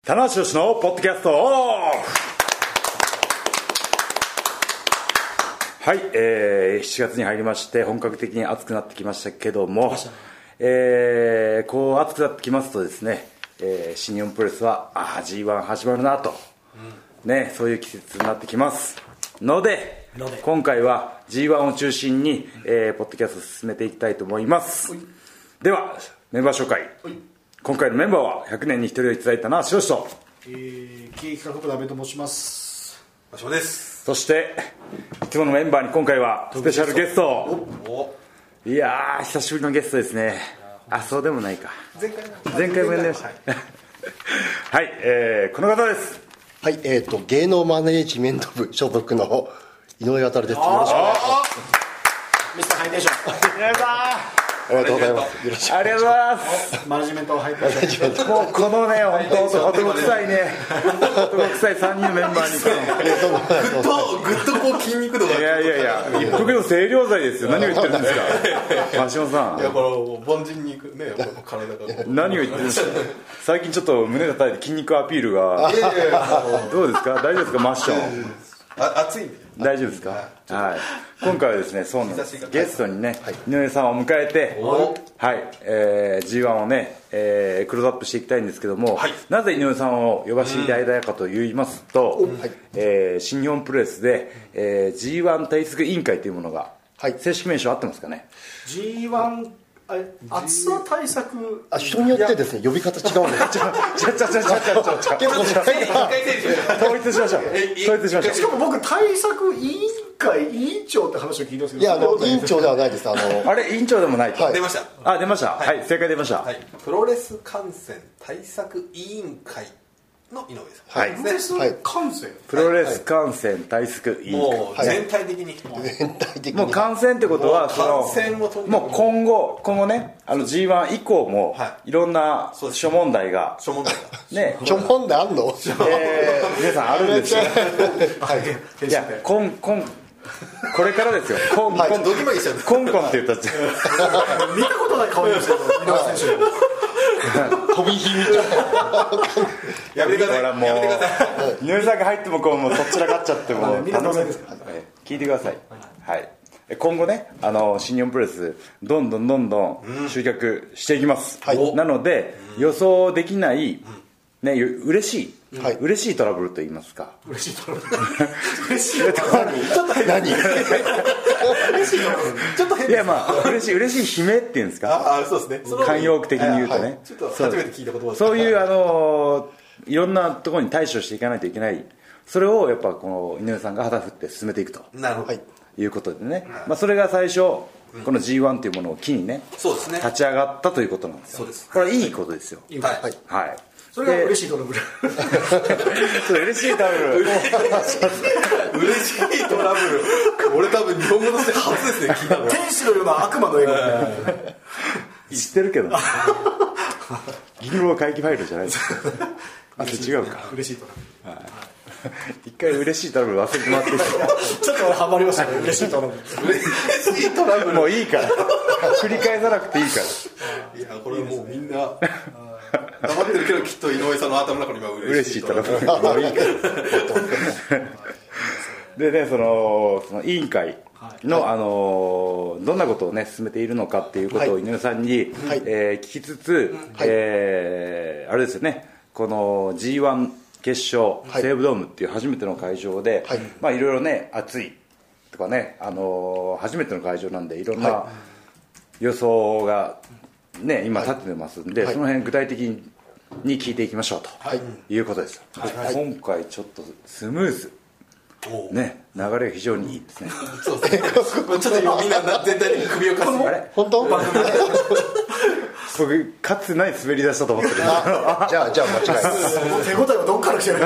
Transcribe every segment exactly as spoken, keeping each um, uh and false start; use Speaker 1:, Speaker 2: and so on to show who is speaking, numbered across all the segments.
Speaker 1: 棚橋宏のポッドキャストオフ。はい、えー、しちがつに入りまして本格的に暑くなってきましたけども、えー、こう暑くなってきますとですね、えー、新日本プロレスはあ ジーワン 始まるなと、うん、ね、そういう季節になってきますので、ので今回は ジーワン を中心に、えー、ポッドキャストを進めていきたいと思います。ではメンバー紹介。今回のメンバーはひゃくねんにひとりをいただいたなしろしと、
Speaker 2: えー、喜劇企画部の阿部と申します。
Speaker 3: 場所です。
Speaker 1: そしていつものメンバーに今回はスペシャルゲスト。おいやー久しぶりのゲストですね。あ、そうでもないか、
Speaker 2: 前回
Speaker 1: 前回もやりました。はい、はい、えー、この方です。
Speaker 4: はい、えーと芸能マネージメント部所属の井上渉です。よろしくお願いします。
Speaker 2: ミスターハイテンション。
Speaker 1: 皆さ
Speaker 4: ありがとうございます。よろしく
Speaker 1: んありがとうございます。
Speaker 2: マネジメントハイテンション。
Speaker 1: もうこのね、本当男臭いね、男臭いさんにんのメンバーに
Speaker 3: ぐっとぐっとこう筋肉度が、
Speaker 1: いやいやいや、一服の清涼剤ですよ。何を言ってるんですか真島さん。
Speaker 3: いや、この凡人に行くね、体が
Speaker 1: 何を言ってるんですか。最近ちょっと胸が叩いて筋肉アピールがどうですか、大丈夫ですかマッション。
Speaker 3: あ、暑いんで
Speaker 1: 大丈夫ですか。はい、今回はですね、そうなんです、ゲストにね、はい、井上さんを迎えて、はい、えー、ジーワン をね、えー、クローズアップしていきたいんですけども、はい、なぜ井上さんを呼ばせていただいたかと言いますと、うん、えー、新日本プロレスで、えー、ジーワン 対策委員会というものが、はい、正式名称合ってますかね。
Speaker 2: ジーワン 暑さ対策、
Speaker 4: あ、人によってですね呼び方違うんで
Speaker 1: ちゃちゃちゃちゃちゃちゃちゃ結構統一しましょう。統一しましょう。
Speaker 2: しかも僕対策委員会委員長って話を聞いてますけど、
Speaker 4: いや、あの委員長ではないです。あの
Speaker 1: あれ委員長でもないと、
Speaker 3: はい、出ました。
Speaker 1: あ、出ました。はい、はい、正解出ました。はい、
Speaker 3: プロレス観戦対策委員会の井上さん。
Speaker 1: はい、
Speaker 2: プロレス観戦、
Speaker 1: プロレス観戦対策委員会、
Speaker 3: もう全体的に、
Speaker 4: 全体的に
Speaker 1: もう観戦ってことは、
Speaker 3: 観戦を
Speaker 1: もう今後今後ね、あの ジーワン 以降もいろんな諸問題が
Speaker 3: 諸問題が
Speaker 1: ね、
Speaker 4: 諸問題あんの？
Speaker 1: えー、皆さんあるんですよ。はい、いや、こんこんこれからですよ。コンコン
Speaker 3: ドギマギしちゃう。
Speaker 1: コンコンって言ったっちゃ
Speaker 2: 見たことない顔でしたよ井上選手。
Speaker 4: 飛び火みたい
Speaker 3: な。やめてください。
Speaker 1: ほらもう井上さんが入ってもこうもうそっちらかっちゃってもう頼む。聞いてください。はい。今後ね、あの新日本プロレスどんどんどんどん集客していきます。はい、なので予想できないね、嬉しい、はい、嬉しいトラブルと言いますか。
Speaker 2: 嬉しいトラブル。嬉しい
Speaker 4: トラブル。ちょっと何？
Speaker 2: 嬉しいトラブル。ちょっと変。
Speaker 1: いや、まあ嬉しい嬉しい悲鳴っていうんですか。
Speaker 3: ああ、そうですね。
Speaker 1: 慣用句的に言うとね。はい、
Speaker 3: ちょっと初めて聞いた言葉です。
Speaker 1: そういうあのいろんなところに対処していかないといけない。それをやっぱこの井上さんが旗振って進めていくと。
Speaker 3: なるほど。
Speaker 1: いうことでね。まあそれが最初この ジーワン というものを機にね。
Speaker 3: そうですね。
Speaker 1: 立ち上がったということなんですよ。
Speaker 3: そうです。
Speaker 1: これはいいことですよ。
Speaker 2: はい
Speaker 1: はい。
Speaker 2: それが嬉しいトラブル。
Speaker 1: それ嬉しいトラブル。
Speaker 3: 嬉しいトラブル。俺多分日本語として初ですね。聞いたの。
Speaker 2: 天使のような悪魔の笑顔。
Speaker 1: 知ってるけど。銀狼回帰ファイルじゃないですか。あ、それ違うか。
Speaker 2: 嬉しいトラブル。
Speaker 1: 一回嬉しいトラブル忘れてもらっていいですか。
Speaker 2: ちょっとハマりましたね。嬉しいトラブル。
Speaker 3: 嬉しいトラブル。
Speaker 1: もういいから。繰り返さなくていいから。
Speaker 3: いや、これはもうみんな黙ってるけど、きっと井上さんの頭の中には嬉しいトラブル。もういいから。
Speaker 1: でね、そのその委員会の、はい、あのどんなことをね進めているのかっていうことを井上さんに、はい、えー、聞きつつ、はい、えー、あれですよね、この ジーワン 決勝、はい、西武ドームっていう初めての会場で、はい、まあいろいろね暑いとかね、あの初めての会場なんでいろんな予想がね今立ってますんで、はい、その辺具体的に聞いていきましょうと、はい、いうことですよ、はい、今回ちょっとスムーズね、流れが非常にいいですね。
Speaker 3: そうですね。ちょっとみんな全体的に首をかす。
Speaker 1: あれ
Speaker 4: 本当？
Speaker 1: 僕かつてない滑り出したと思ってる。じ
Speaker 4: ゃあじゃあ間違い
Speaker 2: 手応えはどっから来てる？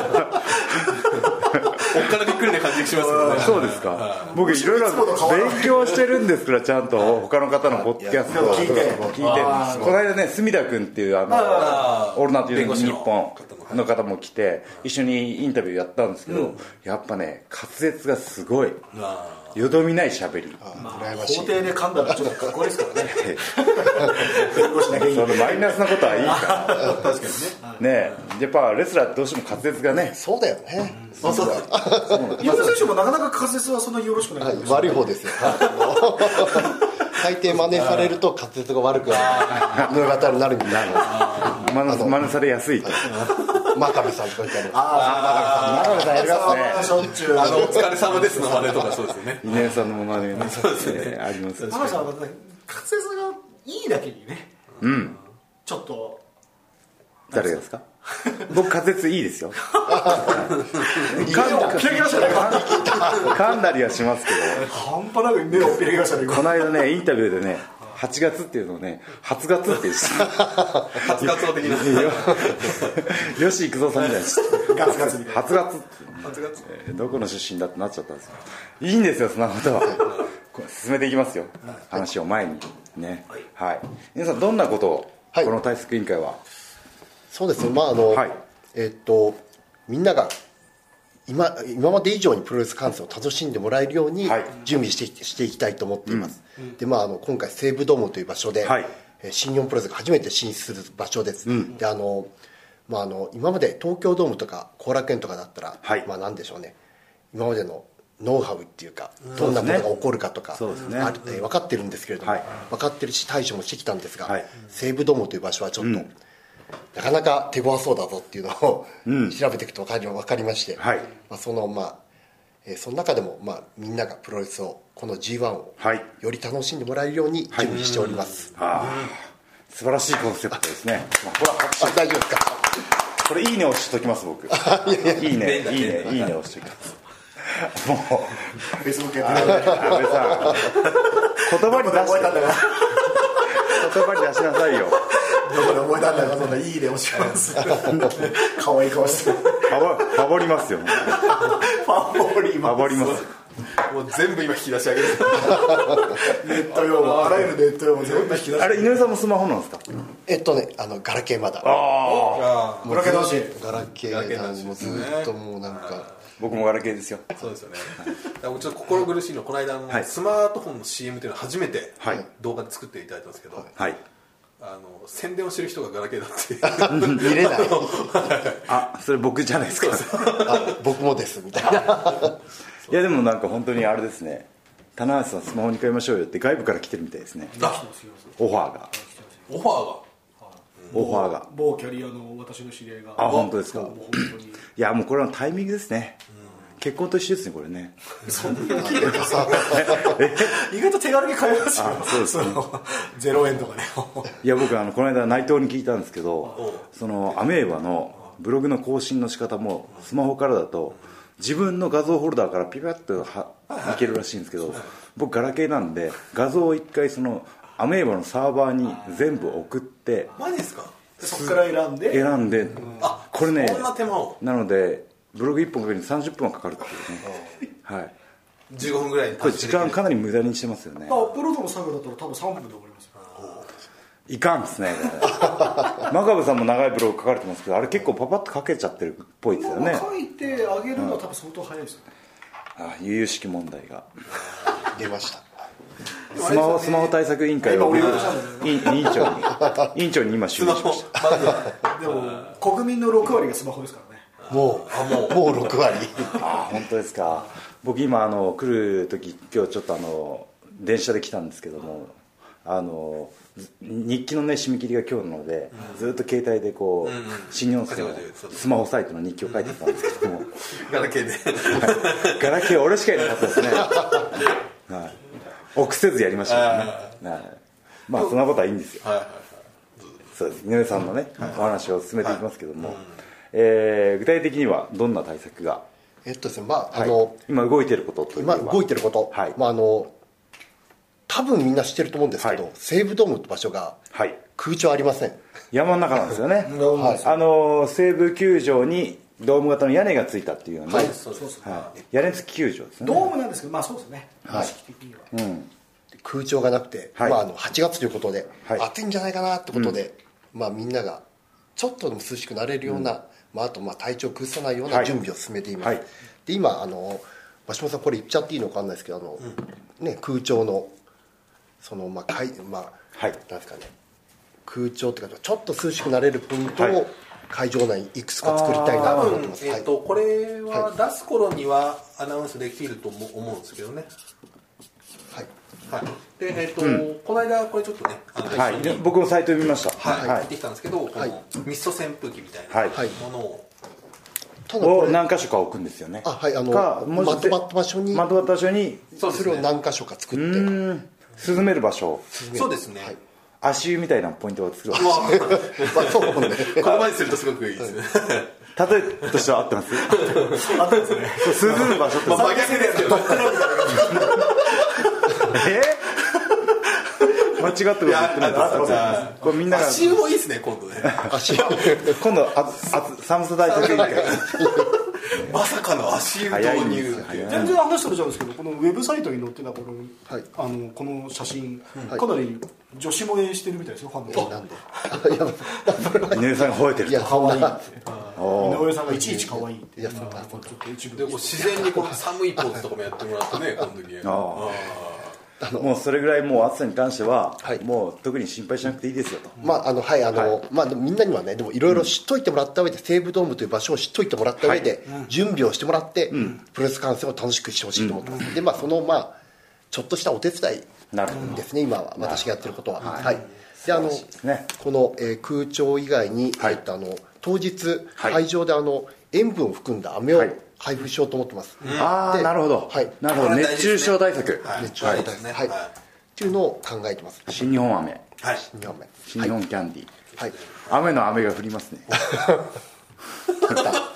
Speaker 3: おっからびっくりな感じがしますよね。
Speaker 1: そうですか。僕いろいろ勉強してるんですから、ちゃんと他の方のポッドキャストを聞いて聞いて。この間ね、隅田君っていうあのオールナイトニッポンの方も来て一緒にインタビューやったんですけど、やっぱね滑舌がすごい。 よどみないしゃべり、
Speaker 2: まあ、法廷で噛んだらちょっとかっこいいですからね弁護士だけに
Speaker 1: そのマイナスなことはいいから
Speaker 2: 確かにね
Speaker 1: ね、やっぱレスラーってどうしても滑舌がね、
Speaker 4: そうだよね、
Speaker 2: あそう井上選手もなかなか滑舌はそんなによろしくない、
Speaker 4: はい、悪い方ですよ大抵真似されると滑舌が悪くなる方になるみたいな
Speaker 1: 真似されやすいと
Speaker 4: 真壁さんとか言ったら
Speaker 2: あ
Speaker 1: 真壁さんやりますね、
Speaker 2: しょっちゅう
Speaker 3: あのお疲れ様ですの真似とかそうですよね。
Speaker 1: 井上さんのものまねね、そうですね、あります。
Speaker 2: 真壁さんは滑舌がいいだけにね、
Speaker 1: うん、
Speaker 2: ちょっと
Speaker 1: 誰がですか？僕滑舌いいですよ。噛んだりはしますけど、
Speaker 2: 半端なく目をピリピリしたね。
Speaker 1: この間ねインタビューでね、はちがつっていうのをね、初月って言って
Speaker 3: 初月的な
Speaker 1: よし行くぞさんみたいな、
Speaker 2: ガツガツみたいな
Speaker 1: 初月
Speaker 3: 初月
Speaker 1: えーどこの出身だってなっちゃったんですよ。いいんですよ、そんなことは。これ進めていきますよ、話を前にね。はい、皆さんどんなことを、
Speaker 4: はい、
Speaker 1: この対策委員会は。
Speaker 4: そうですね、まああの、はい、えー、っとみんなが今今まで以上にプロレス観戦を楽しんでもらえるように準備して、していきたいと思っています、うん、でまあ、あの今回西武ドームという場所で、はい、新日本プロレスが初めて進出する場所です、うん、であの、まあ、あの今まで東京ドームとか後楽園とかだったら、はい、まあ、なんでしょうね、今までのノウハウっていうか、どんなことが起こるかとか、ね、ある、えー、分かってるんですけれども、はい、分かってるし対処もしてきたんですが、はい、西武ドームという場所はちょっと、うん、なかなか手強そうだぞっていうのを、うん、調べていくと分かりまして、はい、まあ、そのまあ、えー、その中でも、まあ、みんながプロレスをこの ジーワン をより楽しんでもらえるように準備しております、
Speaker 1: はい、あ素晴らしいコンセプトですね。
Speaker 4: まあ、これは大丈夫ですか？
Speaker 1: これいいね押しときます僕。いいねいいねいいね押しときます。もう
Speaker 2: フェイスブックや
Speaker 1: ってる。安倍さん言葉に出して言葉に出しなさいよ。
Speaker 2: どこで覚えたんだか、そんないいね押します可愛い顔して
Speaker 1: ファボりますよ。フ
Speaker 2: ァボります。
Speaker 1: ファボります。
Speaker 3: もう全部今引き出し上げる
Speaker 2: ネット用語、あらゆるネット用語全部引き出し。
Speaker 1: あれ井上さんもスマホなんですか？
Speaker 4: えっとね、あのガラケーまだ。
Speaker 2: ああガラケー楽しい。
Speaker 4: ガラケーもずっともうなんか
Speaker 1: 僕もガラケーですよ。
Speaker 3: そうですよね。ちょっと心苦しいの、この間のスマートフォンの シーエム というのを初めて動画で作っていただいたんですけど、はい、あの宣伝をしてる人がガラケーだって
Speaker 4: 見れない。
Speaker 1: あ、それ僕じゃないですか。
Speaker 4: あ、僕もですみたいな。
Speaker 1: いやでもなんか本当にあれですね、棚橋さんスマホに変えましょうよって外部から来てるみたいですね。オファーが
Speaker 3: オファーが
Speaker 1: オファーが
Speaker 2: 某キャリアの私の知り合いが。
Speaker 1: あ、本当ですか。いやもうこれはタイミングですね、うん、結婚と一緒ですねこれね。
Speaker 2: そんな綺麗なさ意外と手軽に買えますよ。あ、そうですね。ゼロえんとかね。
Speaker 1: いや僕あのこの間内藤に聞いたんですけど、そのアメーバのブログの更新の仕方もスマホからだと自分の画像ホルダーからピピャッとはいけるらしいんですけど、僕ガラケーなんで画像を一回そのアメーバのサーバーに全部送って、
Speaker 3: マジですか？
Speaker 2: そこから選んで
Speaker 1: 選んで、
Speaker 3: あ、
Speaker 1: これね、
Speaker 3: そんな手間を。
Speaker 1: なのでブログいっぽんかけるにさんじゅっぷんはかかるっていうね。はい。
Speaker 3: じゅうごふんぐらいに。
Speaker 1: これ時間かなり無駄にしてますよね。
Speaker 2: アップロードの作業だったら多分さんぷんで終わりますよ。
Speaker 1: いかんですね。真壁さんも長いブログ書かれてますけど、あれ結構パパッと書けちゃってるっぽいですよね。
Speaker 2: 書いてあげるのは多分相当早いですよね。
Speaker 1: あ、悠々しき問題が
Speaker 4: 出ました。
Speaker 1: スマホスマホ対策委員会を委員長に委員長に今就任しました。
Speaker 2: でも国民のろくわりがスマホですからね。
Speaker 4: もうあもうもうろくわり。
Speaker 1: あ、本当ですか。僕今あの来る時今日ちょっとあの電車で来たんですけども、あの日記のね締め切りが今日なので、うん、ずっと携帯でこう、うんうん、新日本のスマホサイトの日記を書いてたんですけども
Speaker 3: ガラケーで、
Speaker 1: はい、ガラケー俺しかいなかったですね。はい、臆せずやりましたね。はい、まあそんなことはいいんですよ。はいはいはい、そうです。井上さんのね、はい、お話を進めていきますけども、はい、えー、具体的にはどんな対策が、
Speaker 4: えっとですね、まああの、はい、
Speaker 1: 今動いてることというのは
Speaker 4: 今動いてること、はい、まああの多分みんな知ってると思うんですけど、はい、西武ドームって場所が空調ありません、はい、
Speaker 1: 山の中なんですよね。はい、あの西武球場にドーム型の屋根がついたっていうのは、ね、はい、そうそうそう、はい、屋根付き球場ですね。
Speaker 2: ドームなんですけど、まあそうですね、
Speaker 4: はい、
Speaker 2: 意識的には、
Speaker 4: うん、空調がなくて、はい、まあ、あのはちがつということで、はい、暑いんじゃないかなってことで、うん、まあ、みんながちょっとでも涼しくなれるような、うん、まあ、あとまあ体調を崩さないような準備を進めています、はい、で今あの橋本さんこれ言っちゃっていいのか分かんないですけどあの、うんね、空調のそのまあかい、まあはい、なんですかね空調っていうかちょっと涼しくなれるポイントを、はい会場内いくつか作りたいなと思ってます。
Speaker 3: えーとはい、これは出す頃にはアナウンスできると思うんですけどね。はい。はい。で、えっ、ー、と、うん、この間これちょっとね、あの
Speaker 1: はい、僕もサイト見ました。
Speaker 3: はい。
Speaker 1: はい、
Speaker 3: 見てきたんですけど、このミスト扇風機みたいなものを、
Speaker 1: ただこれ何箇所か置くんですよね。
Speaker 4: あ、はい。あのまとまった場所に、
Speaker 1: まとまった場所に、
Speaker 4: それを何箇所か作って、
Speaker 1: 涼める場所。
Speaker 3: そうですね。はい
Speaker 1: 足湯みたいなポイントを作るわけ
Speaker 4: です。まあそうね。
Speaker 3: この前にするとすごくいいですね。
Speaker 1: 例えとしては合ってます。
Speaker 2: 合ってますね。
Speaker 1: 涼む場所って。
Speaker 3: まあ真逆ですけど。
Speaker 1: え？間違ってること言ってないですか。これみんなが。
Speaker 3: 足湯もいいですね今度ね。
Speaker 1: 足湯。今度ああ寒さ対策委員会。
Speaker 3: まさかの足湯導入っていう
Speaker 2: 全然話とれちゃうんですけどこのウェブサイトに載ってたこの、はい、あのこの写真、はい、かなり女子萌えしてるみたいですよファンの
Speaker 4: なんで
Speaker 1: 井上さんが吠えてる
Speaker 2: いや可愛いって井上さんがいちいち可愛いっていやそんな
Speaker 3: ちょっと一部でも自然にこの寒いポーズとかもやってもらってね今度にあ
Speaker 1: あもうそれぐらいもう暑さに関しては、はい、もう特に心配しなくていいですよと、
Speaker 4: まああのはいあの、はい、まあみんなにはねでもいろいろ知っといてもらった上で、うん、西武ドームという場所を知っといてもらった上で、はい、準備をしてもらって、うん、プロレス観戦を楽しくしてほしいと思ってます、うん、でまあそのまあちょっとしたお手伝いですね今は私がやってることははい、はい、であの、ね、この、えー、空調以外に、はい、えっとあの当日、はい、会場であの塩分を含んだ飴を、はい配布しようと思ってます、
Speaker 1: うん、ああなるほど、はい、なるほど熱中症対策、
Speaker 4: はい、熱中症対策、はいはい、っていうのを考えてます
Speaker 1: 新日本飴、
Speaker 4: はい、新日本飴
Speaker 1: 新日本キャンディー、はい、雨の飴が降りますね
Speaker 4: 来た来た、はい、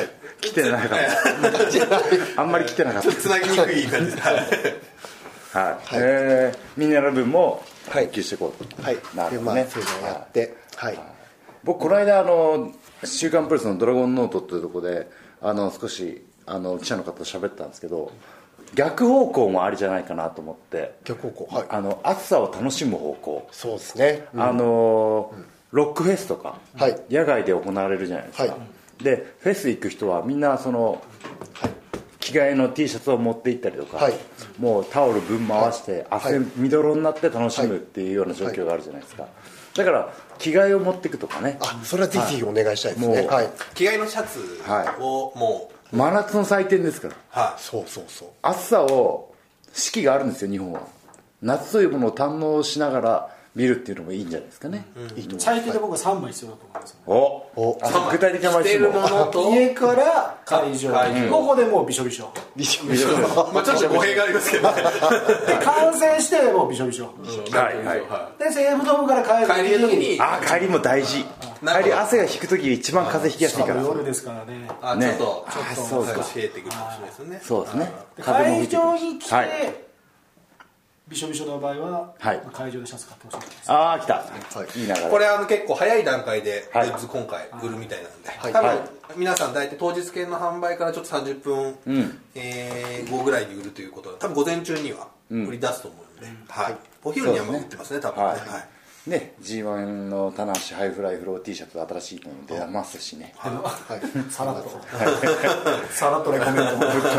Speaker 1: 来てなかったあんまり来てなかった
Speaker 3: つなぎにくい感じですはい、はい
Speaker 1: えー、ミネラル分も補給していこうと、
Speaker 4: はい、なるほどねそういうのをやって、はい、
Speaker 1: 僕この間あの週刊プロレスのドラゴンノートっていうところであの少しあの記者の方と喋ったんですけど逆方向もありじゃないかなと思って
Speaker 4: 逆方向、はい、
Speaker 1: あの暑さを楽しむ方向
Speaker 4: そうですね、
Speaker 1: うん、あの、うん、ロックフェスとか、はい、野外で行われるじゃないですか、はい、でフェス行く人はみんなその、はい、着替えの T シャツを持って行ったりとか、はい、もうタオルぶん回して、はい、汗みどろになって楽しむっていうような状況があるじゃないですか、はいだから着替えを持っていくとかね
Speaker 4: あそれはぜひぜひお願いしたいですね、はい、
Speaker 3: 着替えのシャツをもう、
Speaker 1: 真夏の祭典ですから、
Speaker 3: はい、
Speaker 4: そうそうそう
Speaker 1: 暑さを四季があるんですよ日本は夏というものを堪能しながら見るっていうのもいいんじゃないですかね、
Speaker 2: うん、いいと思います最低で僕はさんまい必要だと思います、ね、
Speaker 1: おお具体的な枚数
Speaker 2: も家から会場、うん、ここでもうびしょびしょ
Speaker 4: びしょびしょ
Speaker 3: まあちょっと語弊がありますけどね
Speaker 2: 観戦してもうびしょびしょ、うん、
Speaker 1: はいはい、
Speaker 2: で西武ドームから帰る
Speaker 3: 時に
Speaker 1: あ帰りも大事帰り汗が引く時が一番風邪ひきやすいから
Speaker 2: 夜ですからね
Speaker 3: あちょっとちょ
Speaker 1: っとそう
Speaker 3: 少し冷えてくるかもしれないですね
Speaker 1: そうですね
Speaker 2: 会場に来て、はいびしょびしょの場合は、はい、会場でシャツ買ってほしいです
Speaker 1: ああ来た、はい、いい流れ
Speaker 3: これあの結構早い段階でグッズ今回売るみたいなんで、はい、多分、はい、皆さん大体当日券の販売からちょっとさんじゅっぷん、うんえー、後ぐらいに売るということで多分午前中には売り出すと思うので、うんはい、お昼にはもう売ってますね多分ね、はいはい
Speaker 1: ね、ジーワン の棚橋ハイフライフロー T シャツ新しいの出ますしね、はい
Speaker 2: はい、さらっとさらっとレコメント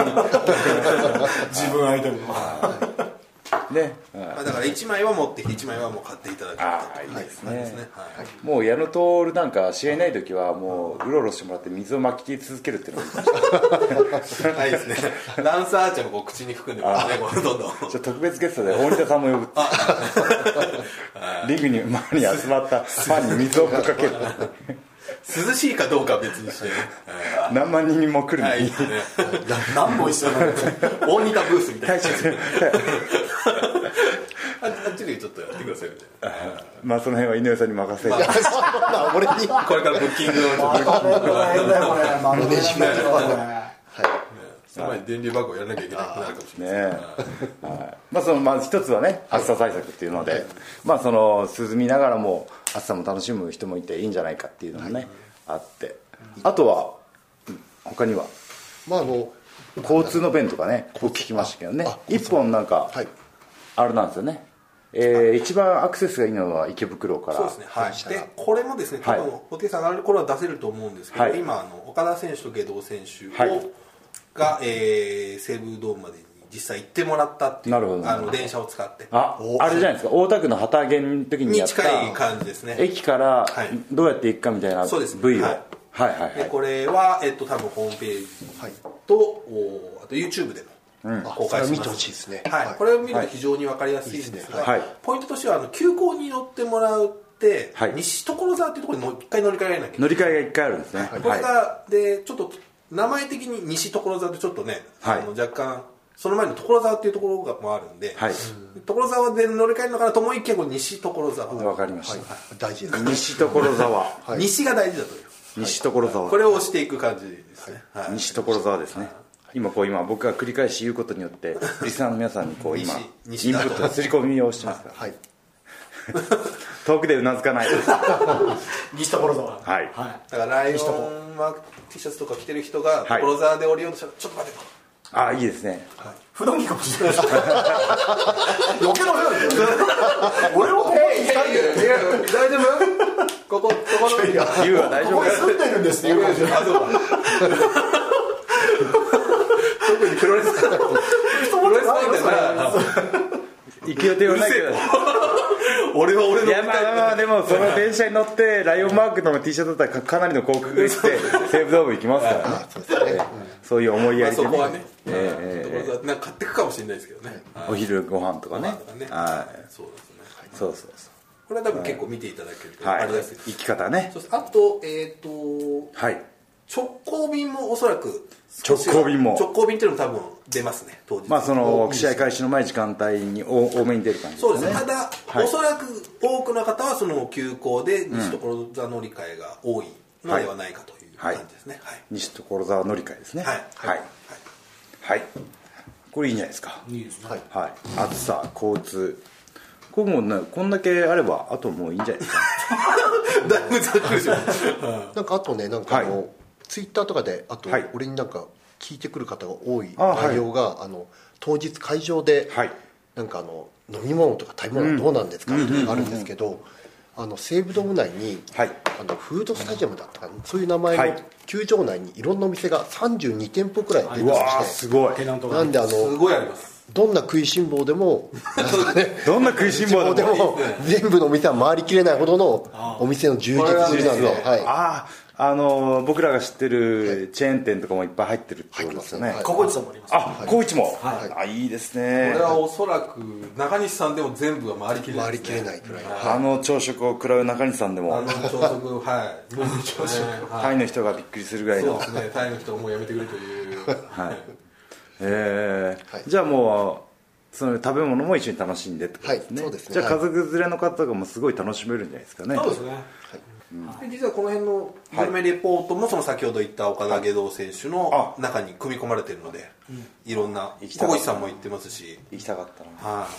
Speaker 2: 自分アイドルの
Speaker 1: ね、
Speaker 3: まあ、だからいちまいは持ってきていちまいはもう買っていただけると
Speaker 1: いいですね、はいはい、もう矢野徹なんか試合ない時はもううろうろしてもらって水をまき続けるっていうのがいいかもしれない
Speaker 3: ですねランサーチャーもこう口に含んでますねどんどん
Speaker 1: じゃ特別ゲストで大仁田さんも呼ぶリングに周りに集まったファンに水をかける
Speaker 3: 涼しいかどうかは別にして、ね、
Speaker 1: 何万人も来るのに、
Speaker 3: ね、何も一緒なんです大仁田ブースみたいなあっちでちょっとやってくださいみたいな
Speaker 1: まあその辺は井上さんに任せて、ま
Speaker 3: あ、俺にこれからブッキングをマ
Speaker 2: ネージメント
Speaker 3: はその前に電流爆をやらなきゃいけなくなるかもしれないですね、
Speaker 1: はいまあそのまあ一つはね暑さ対策っていうので、はい、まあその涼みながらも暑さも楽しむ人もいていいんじゃないかっていうのもね、はい、あってあとは他には
Speaker 4: まああの
Speaker 1: 交通の便とかねこう聞きましたけどね一本なんかあれなんですよね、えー、一番アクセスがいいのは池袋から
Speaker 3: そうですね、はい、でこれもですね多分ホテイさんある頃は出せると思うんですけど、はい、今あの岡田選手と下道選手を、はいが、えー、西武ドームまでに実際行ってもらったっていうあの電車を使って、
Speaker 1: ああれじゃないですか、大田区の旗揚げの時にやった
Speaker 3: に近い感じですね。
Speaker 1: 駅からどうやって行くかみたいな ブイ を、はいはいはいはい、
Speaker 3: でこれは、えっと、多分ホームページと、はい、あと YouTube でも公開します。
Speaker 4: それを見てほしいですね。
Speaker 3: はい、これを見ると非常に分かりやすいんですが、はい、ポイントとしてはあの急行に乗ってもらうって、はい、西所沢っていうところに一回乗り換えられなきゃいけない。
Speaker 1: 乗り換えが一回あるんですね。
Speaker 3: これがでちょっと名前的に西所沢でちょっとね、はい、あの若干その前の所沢っていうところがもあるんで、はい、所沢で乗り換えるのかなと思いきや西所沢。
Speaker 1: わかりました。
Speaker 4: はい、大事です。
Speaker 1: 西所沢。
Speaker 3: はい、西が大事だという。
Speaker 1: 西所沢。
Speaker 3: これを押していく感じですね。
Speaker 1: はい、西所沢ですね。はい、今こう今僕が繰り返し言うことによってリスナーの皆さんにこう今インプットすり込みをしてますから。はい。遠くでうなずかない。
Speaker 2: 西所沢。
Speaker 1: はい。
Speaker 3: だからライオンマーク T シャツとか着てる人が所沢で降りようとしたらちょっと待てと。
Speaker 1: ああいいですね。
Speaker 2: 普段着かもしれない。余計なお世話ですよ。俺もここに来たんで。
Speaker 3: 大丈夫？ここここの
Speaker 1: ユウは大丈夫？
Speaker 2: ここに住んでるんですっていう感じ。
Speaker 3: 特にプロレスプロレスなんだから
Speaker 1: 行く予定はないけど。
Speaker 3: 俺は俺の。
Speaker 1: いやまあまあでもその電車に乗ってライオンマークの T シャツだったらかなりの広告して西武ドーム行きますからね。そういう思いやりでね。
Speaker 3: そこはね。なんか買っていくかもしれないですけどね。
Speaker 1: お昼ご飯とかね。はい。そうですね。そうそうそう。
Speaker 3: これは多分結構見ていただけると分かりやすい。
Speaker 1: 生き方ね。
Speaker 3: あとえっとはい直行便もおそらく
Speaker 1: 直行便も
Speaker 3: 直行便っていうのも多分出ますね当日。
Speaker 1: まあその試合開始の前時間帯に多めに出る感じですね。
Speaker 3: そうですね。ただおそらく多くの方はその急行で西所沢乗り換えが多いのではないかという感じですね。
Speaker 1: 西所沢乗り換えですね。はいはいはい。これいいんじゃないですか。
Speaker 2: いいですね。
Speaker 1: はい。暑さ交通これもねこんだけあればあともういいんじゃないですか。
Speaker 3: だいぶざっくりします。
Speaker 4: なんかあとねなんかあのツイッターとかであと俺になんか聞いてくる方が多い内容があの当日会場でなんかあの飲み物とか食べ物はどうなんですかっていうのがあるんですけど、あの西武ドーム内にあのフードスタジアムだったかなそういう名前の球場内にいろんなお店がさんじゅうにてんぽくらい出てまして、
Speaker 1: すごい。
Speaker 4: なんであの
Speaker 3: すごいあります。
Speaker 4: どんな食いしん坊でも
Speaker 1: どんな食いしん坊でも
Speaker 4: 全部のお店は回りきれないほどのお店の充実ぶりなんで、はい、
Speaker 1: ああの僕らが知ってるチェーン店とかもいっぱい入ってるってことですよね。
Speaker 2: ココイチさんもあります。
Speaker 1: あ、ココイチも。あ、いいですね。
Speaker 3: これはおそらく中西さんでも全部は回りきれない。
Speaker 4: 回りきれないくらい。
Speaker 1: あの朝食を食らう中西さんでも。
Speaker 3: あの朝食はい。
Speaker 1: タイの人がびっくりするぐらいの。
Speaker 3: そうですね。タイの人はもうやめてくれという。はい。
Speaker 1: えーはい、じゃあもうその食べ物も一緒に楽しんでってことですね。はい、そうですね。じゃあ家族連れの方とかもすごい楽しめるんじゃないですかね。
Speaker 2: そうですね。はい
Speaker 3: うん、実はこの辺のグルメレポートもその先ほど言った岡田外道選手の中に組み込まれているので、はい、いろんな小越さんも言ってますし
Speaker 1: 行きたかったな。
Speaker 3: は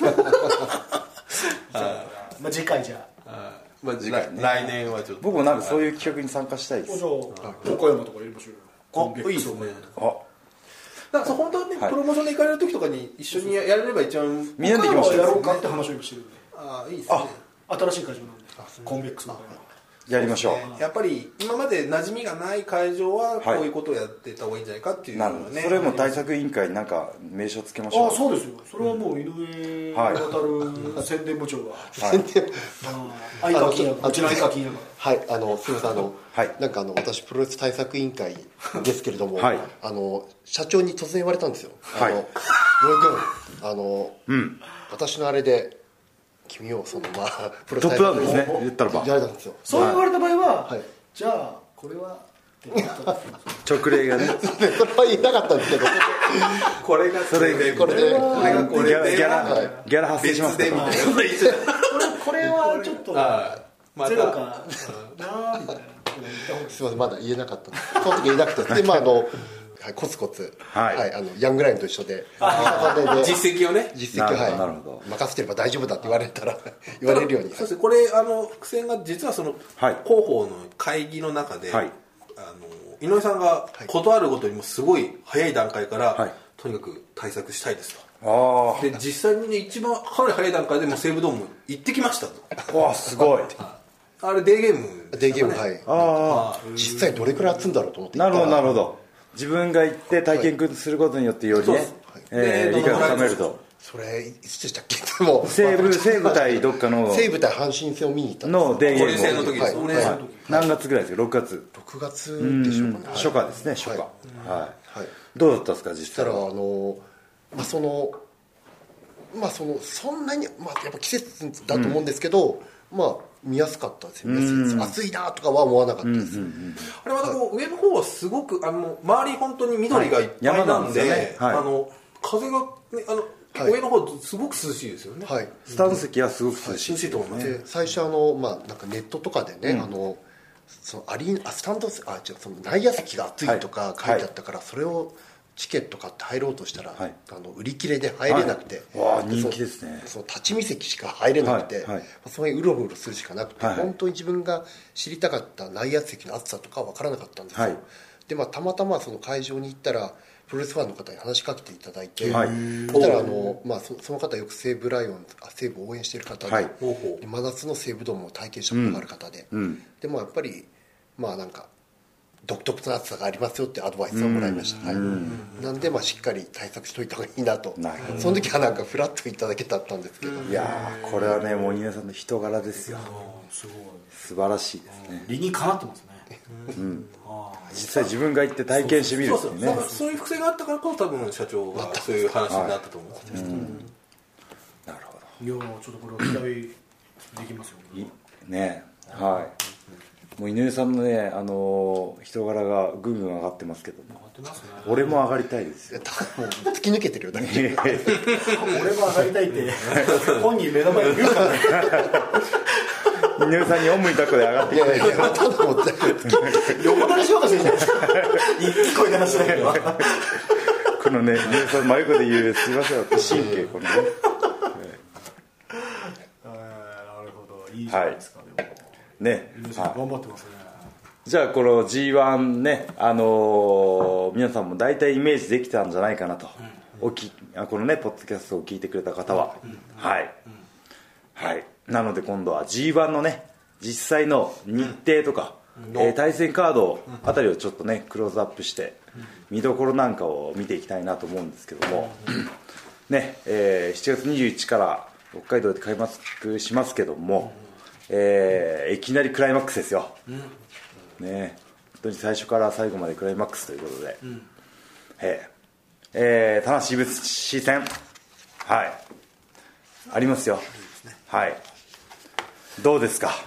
Speaker 2: あ、まあ次回じゃあ、
Speaker 3: まあ、次回、ね、来年はちょっと
Speaker 1: 僕もなんかそういう企画に参加したいです。
Speaker 2: じゃあ岡山とかやりましょうよ。
Speaker 3: あ、いいですね。あだから本当はね、はい、プロモーションで行かれる時とかに一緒にやれれば一番
Speaker 1: みんなで行きましょう。
Speaker 2: やろうかって話を今してるんで。
Speaker 3: ああいいですね。
Speaker 2: 新しい会場なんでコンベックスみたいな。
Speaker 1: やりましょう。
Speaker 3: やっぱり今まで馴染みがない会場はこういうことをやってた方がいいんじゃないかっていうのはね。
Speaker 1: それも対策委員会になんか名称つけましょう。
Speaker 2: あ、そうですよ。それはもう井上渡る宣伝部長が
Speaker 4: 宣伝
Speaker 2: 相川金也こちら相川金也が
Speaker 4: はいあのすみませんあのなんかあの私プロレス対策委員会ですけれどもあの社長に突然言われたんですよ。あの井上君あの私のあれで君をそのまあ
Speaker 1: プロトップダウンですね言ったらば
Speaker 4: 言われたんですよ。
Speaker 2: そう言われた場合は、はい、じゃあこれは
Speaker 1: 直令がね
Speaker 4: それは言えなかったんですけど
Speaker 3: これが
Speaker 1: それで
Speaker 4: これでこれが
Speaker 1: これでギャラギャラ発生しますね。
Speaker 2: これはちょっとゼロかなみたいな。
Speaker 4: すみませんまだ言えなかったその時言えなくてでまああのはい、コツコツ、はいはい、あのヤングライオンと一緒で
Speaker 3: 実績をね
Speaker 4: 実績を、はい、なるほど任せてれば大丈夫だって言われたら言われるように
Speaker 3: そうですねこれあの伏線が実はその、はい、広報の会議の中で、はい、あの井上さんが断るごとにもすごい早い段階から、はい、とにかく対策したいですとあで実際に、ね、一番かなり早い段階でもう西武ドーム行ってきましたと
Speaker 1: わあすごい
Speaker 3: あれデーゲーム、ね、
Speaker 4: デーゲームはいあ
Speaker 1: あ
Speaker 4: 実際どれくらい積んだろうと思って
Speaker 1: なるほどなるほど自分が行って体験することによってよりね、はいえー、理解を深めると。
Speaker 4: それいつでしたっけでも
Speaker 1: 西武西武対どっかの
Speaker 4: 西武対阪神戦を見に行ったん
Speaker 1: ですのデーゲーム
Speaker 3: の時ですよね、はいはい、
Speaker 1: 何月ぐらいですか？ろくがつ
Speaker 4: ろくがつでしょうかね、
Speaker 1: 初夏ですね、初夏、はいはい、どうだったんですか実際？
Speaker 4: そしたらあの、まあ、そのまあそのそんなに、まあ、やっぱ季節だと思うんですけど、うん、まあ見やすかったですよね。暑いなとかは思わなかったです。うんうんうん、
Speaker 3: あれはこう上の方はすごくあの周り本当に緑がいっぱいなんで、はいねはい、あの風が、ね、あのはい、上の方すごく涼しいですよね、
Speaker 1: はい、スタンド席はすごく涼しい、
Speaker 3: 涼しいと思います、
Speaker 4: ね、最初あの、まあ、なんかネットとかでね、うん、あのそのアリーナスタンドあ違うその内野席が暑いとか書いてあったから、はい、それをチケット買って入ろうとしたら、はい、あの売り切れで入れなくて、
Speaker 1: はい、わ人気ですね。
Speaker 4: その立ち見席しか入れなくて、はいはい、そこにうろうろするしかなくて、はい、本当に自分が知りたかった内野席の暑さとか分からなかったんですよ、はい、で、まあ、たまたまその会場に行ったらプロレスファンの方に話しかけていただいて、はい、そしたらあの、まあ、そ, その方よく西武ライオン西武を応援している方で、はい、で真夏の西武ドームを体験したことがある方で、うん、でもやっぱりまあなんか独特な暑さがありますよってアドバイスをもらいました、はい、なんでまあしっかり対策しといた方がいいなと。なその時はなんかフラッといただけたったんですけど、
Speaker 1: いやこれはねもう稲さんの人柄ですよ。すごい素晴らしいですね。
Speaker 2: 理にかなってますね、
Speaker 1: うん、実際自分が行って体験してみるっていうね。
Speaker 3: そうそうそうそういう伏線があったからこそ多分社長がそういう話になったと思うんですけど、はいうん、なる
Speaker 2: ほど。いやちょっとこれは期待できますよね。
Speaker 1: ねはいもう井上さんのね、あのー、人柄がぐんぐん上がってますけども、ね、俺も上がりたいですよ。
Speaker 4: もう突き抜けてるよだけ俺
Speaker 2: も上がりたいって本人目の前に言うからね
Speaker 1: 井上さんにおんぶに抱っこで上がってきたい。いやいやただも
Speaker 2: 横取りしようとしてるじゃないですか。いい声出しないの
Speaker 1: このね井上さん真横で言うすいません神経このね、
Speaker 2: えー、なるほどいいじゃないですか、はい、
Speaker 1: ね、
Speaker 2: 頑張ってますね。
Speaker 1: じゃあこの ジーワン ね、あのー、皆さんも大体イメージできたんじゃないかなと、うん、おきこのねポッドキャストを聞いてくれた方は、うん、はい、うん、はいなので今度は ジーワン のね実際の日程とか、うんえー、対戦カードあたりをちょっとねクローズアップして見どころなんかを見ていきたいなと思うんですけども、ねえー、しちがつにじゅういちから北海道で開幕しますけども、えー、いきなりクライマックスですよ、うんね、本当に最初から最後までクライマックスということで、うんえーえー、田無いぶし戦はいありますよ、はいどうですか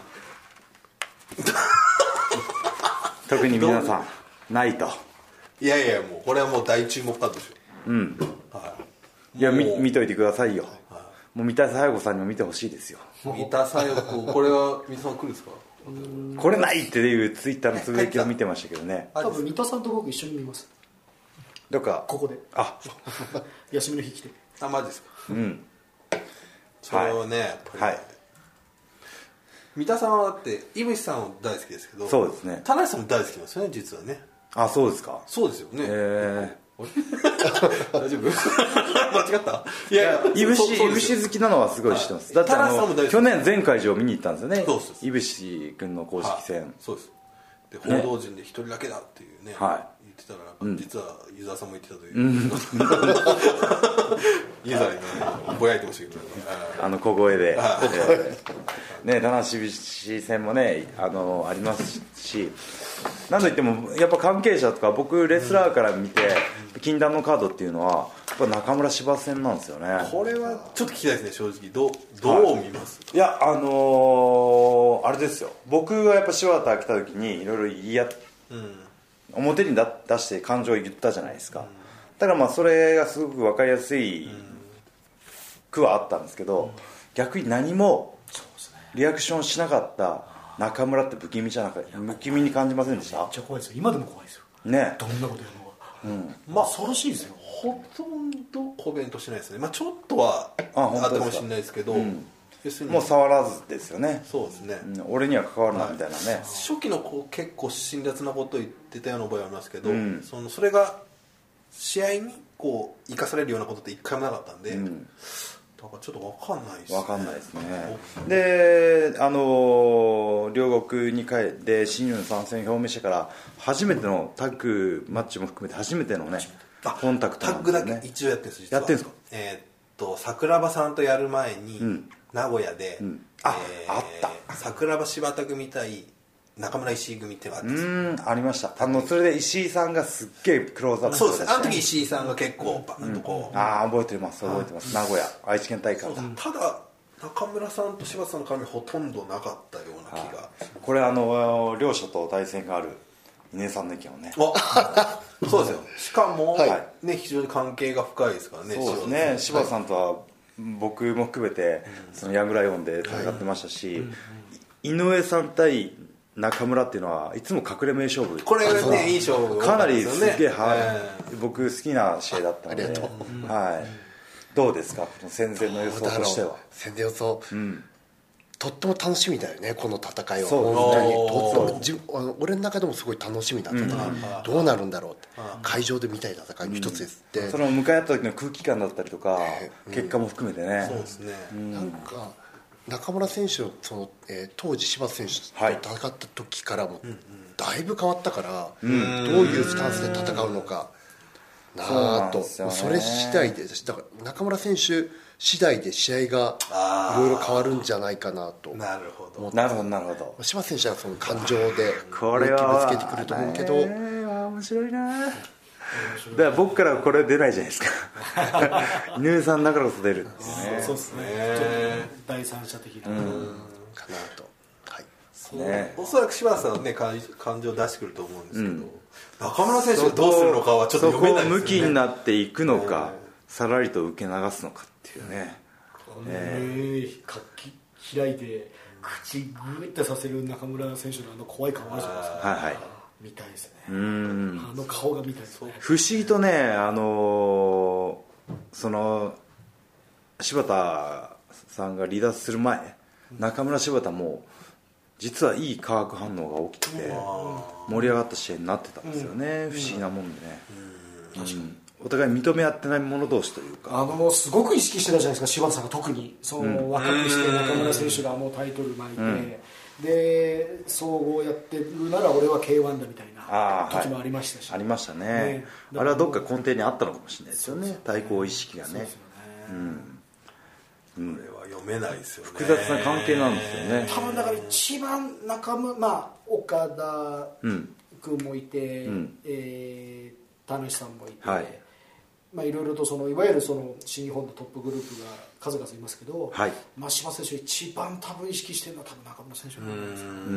Speaker 1: 特に皆さんないと。
Speaker 3: いやいやもうこれはもう大注目カードですよ。
Speaker 1: うん、はい、いや 見, 見といてくださいよ、はい、もう三田紗代子さんにも見てほしいですよ。
Speaker 3: 三田紗代子これは三田さん来るんですか？
Speaker 1: これないっていうツイッターのつぶやきを見てましたけどね。
Speaker 2: 多分三田さんと僕一緒に見ます。
Speaker 1: どっか
Speaker 2: ここで
Speaker 1: あ
Speaker 2: 休みの日来て。
Speaker 3: あマジですか？
Speaker 1: うん
Speaker 3: それをね、はい、はい三田さんはだって井渕さんも大好きですけど、
Speaker 1: そうですね。
Speaker 3: 田無さんも大好きなんですよね実はね。
Speaker 1: あそうですか。
Speaker 3: そうですよね。
Speaker 1: え
Speaker 3: ー、大丈夫？間違った？いやいや
Speaker 1: いぶしいぶし好きなのはすごい知ってます。だってあの去年全会場見に行ったんですよね。いぶし君の公式戦、
Speaker 3: はい、そうです。で報道陣で一人だけだっていうね、はい、言ってたらなんか実は湯沢さんも言ってたという、うん、湯沢にねぼやいてほしいけどね
Speaker 1: あの小声で、えー、ね田無いぶし戦もねあのありますし、なんといってもやっぱ関係者とか僕レスラーから見て、うん、禁断のカードっていうのはやっぱ中村芝戦なんですよね。
Speaker 3: これはちょっと聞きたいですね正直。どうどう見ます？
Speaker 1: はい、いやあのー、あれですよ、僕がやっぱ柴田来た時にいろいろ言い合って、うん、表に出して感情を言ったじゃないですか、うん、だからまあそれがすごく分かりやすい句はあったんですけど、うん、逆に何もリアクションしなかった中村って不気味じゃなかった？不気味に感じませんでした？
Speaker 2: めっちゃ怖いですよ。今でも怖いですよ
Speaker 1: ね。
Speaker 2: どんなことやるのが、うん、まあ恐ろしいですよ。
Speaker 3: ほとんどコメントしないですね。まあちょっとはあったかもしれないですけど、うん、
Speaker 1: もう触らずですよね。
Speaker 3: そうですね、
Speaker 1: うん、俺には関わるなみたいなね、はい、
Speaker 3: 初期のこう結構辛辣なことを言ってたような覚えはありますけど、うん、そのそれが試合にこう生かされるようなことって一回もなかったんで、うん、 だからちょっと分かんないですね。
Speaker 1: 分かんないですね。で、あの両国に帰って新日本参戦表明してから初めてのタッグマッチも含めて初めてのねコンタクトなんですよね。
Speaker 3: タッグだけ一応やってるんです。実は
Speaker 1: やってるんですか。
Speaker 3: えー、っと桜庭さんとやる前に、うん、名古屋で、うん
Speaker 1: あ、
Speaker 3: えー、
Speaker 1: あった
Speaker 3: 桜庭柴田組対中村石井組ってのがあったんですよ。
Speaker 1: うんありました。あのそれで石井さんがすっげえクローズアップして、
Speaker 3: そうですね。あの時石井さんが結構バンとこう、
Speaker 1: うん、ああ覚えてます覚えてます。名古屋愛知県大会だ。
Speaker 3: ただ中村さんと柴田さんの絡みほとんどなかったような気が。
Speaker 1: これあの両者と対戦がある稲井さんの意見をね。
Speaker 3: そうですよ。しかも、
Speaker 1: はい
Speaker 3: ね非常に関係が深いですからね。
Speaker 1: そうですね。柴田さんとは僕も含めてそのヤングライオンで戦ってましたし、井上さん対中村っていうのはいつも隠れ名勝負。
Speaker 3: これねいい勝負
Speaker 1: かなりすげえ、はい、僕好きな試合だったので、はい、どうですかこの戦前の予想としては。
Speaker 4: 戦前予想、うん、とっても楽しみだよねこの戦いは。
Speaker 1: そう
Speaker 4: 本当にとっても俺の中でもすごい楽しみだったから、うん、どうなるんだろうって、うん、会場で見たい戦いの一つですって、
Speaker 1: うん、その向かい合った時の空気感だったりとか、うん、結果も含めてね、
Speaker 3: そうですね、
Speaker 4: うん、なんか中村選手のその、えー、当時柴田選手と戦った時からもだいぶ変わったから、うん、どういうスタンスで戦うのかなと、そ, それ次第でだから中村選手次第で試合がいろいろ変わるんじゃないかなと。
Speaker 3: なるほど
Speaker 1: なるほどなるほど。
Speaker 4: 柴田選手はその感情で
Speaker 1: これは
Speaker 4: ぶつけてくると思うけど、
Speaker 1: 面白いな。だから僕からはこれ出ないじゃないですか。井上さんだからこそ出るんですよね。
Speaker 2: そうですね。第三者的な、うん、
Speaker 4: かなと。はい。
Speaker 3: そうね。おそらく柴田さんのね感情を出してくると思うんですけど、うん、中村選手がどうするのかはちょっと読めないですよね。
Speaker 1: そこを向きになっていくのか、えー、さらりと受け流すのかっていうね。
Speaker 2: えー、かき開いて口グーってさせる中村選手のあの怖い顔あるじゃないですか。
Speaker 1: はいはい。
Speaker 2: 見たいですね。
Speaker 1: うん
Speaker 2: あの顔が見たいですね。
Speaker 1: 不思議とね、あのー、その柴田さんが離脱する前、中村柴田も実はいい化学反応が起きてて盛り上がった試合になってたんですよね、うん、不思議なもんでね、うん、確かにお互い認め合ってない者同士というか、
Speaker 2: あのすごく意識してたじゃないですか柴田さんが。特にその、うん、若くして中村選手がもうタイトル巻いて、うん、で総合やってるなら俺は ケーワン だみたいな時もありましたし、
Speaker 1: はい、ありました ね, ねあれはどっか根底にあったのかもしれないですよね、対抗意識がね。そうですよね、
Speaker 3: うん、これは読めないですよね。
Speaker 1: 複雑な関係なんですよね。
Speaker 2: 多分だから一番中村、まあ、岡田君もいて、うん、えー、田無さんもいて、はい、まあ、いろいろとそのいわゆるその新日本のトップグループが数々いますけど、はい、まあ、柴田選手が一番多分意識してるのは多分中村選手なんですよね。うん、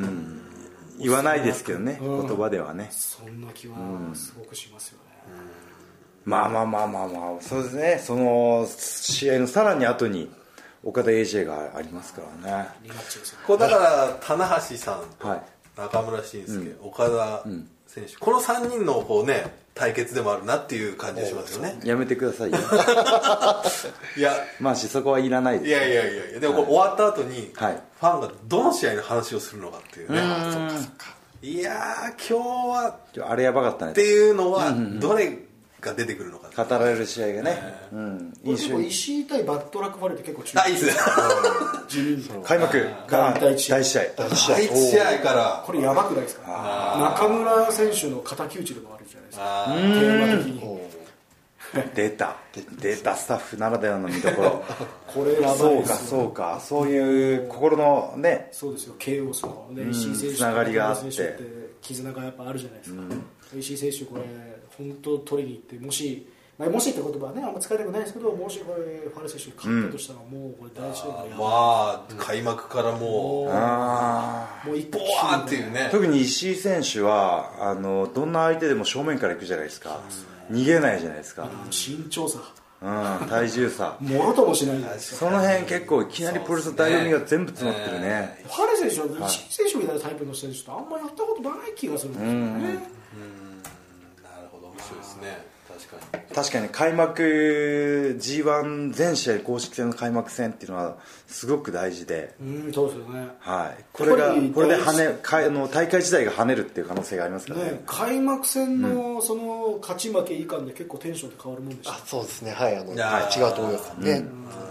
Speaker 1: 言わないですけどね、うん、言葉ではね、
Speaker 2: そんな気はすごくしますよね、
Speaker 1: うん、まあまあまあまあまあそうですね。その試合のさらに後に岡田 エージェー がありますからね。
Speaker 3: これだから棚橋さんと中村慎介、うん、岡田選手、うん、このさんにんのこうね対決でもあるなっていう感じがしますよね。
Speaker 1: やめてくださいよ。
Speaker 3: いや
Speaker 1: まあしそこはいらないです。
Speaker 3: いやいやいやいや、でもこれ終わった後にファンがどの試合の話をするのかっていうね、はい、そっかそっか、いやー今日は
Speaker 1: あれやばかったね
Speaker 3: っていうのはどれが出てくるのか、
Speaker 1: 語られる試合がね、
Speaker 2: うん、結構石井対バッドラックファレーって結構注
Speaker 3: 目。あ、いいですね。
Speaker 1: 開幕
Speaker 2: が第一試合、
Speaker 1: 第一試合
Speaker 3: 第一試合から
Speaker 2: これやばくないですか。中村選手の敵討ちでもあるじゃないですか、テーマ的に。
Speaker 1: 出た出たスタッフならではの見どころ。
Speaker 2: これやばいですよ。
Speaker 1: そうかそうか、そういう心のね、
Speaker 2: そうですよ、ケーオスの、ね、石井選手
Speaker 1: つながりがあって
Speaker 2: 絆がやっぱあるじゃないですか、うん、石井選手これ本当取りに行って、もし、まあ、もしって言葉はねあんま使いたくないですけど、もしこれファレ選手が勝ったとしたら、もうこれ大試合だよ。
Speaker 3: まあ開幕からもう
Speaker 1: あ
Speaker 3: もう一ボワーンっていうね。
Speaker 1: 特に石井選手はあのどんな相手でも正面から行くじゃないですか、逃げないじゃないですか、
Speaker 2: 身長差、
Speaker 1: うん、体重差
Speaker 2: もろともしないじゃないですか。
Speaker 1: その辺結構いきなりプロレスの醍醐味が全部詰まってるね。
Speaker 2: ファレ選手は石井選手みたいなタイプの選手ってあんまりやったことない気がするんですよね。うん、うん、なる
Speaker 3: ほど、面白いですね。確かに
Speaker 1: 確かに開幕 ジーワン 全試合公式戦の開幕戦っていうのはすごく大事で、
Speaker 2: うん、そうですよね、
Speaker 1: はい、これがこれで跳ねかあの大会自体が跳ねるっていう可能性がありますからね。
Speaker 2: ね、開幕戦のその勝ち負け以下で結構テンションって変わるもんでしょ。
Speaker 4: あ、そうですね、はい、あの、はい、違うと思いますね、うん、はい、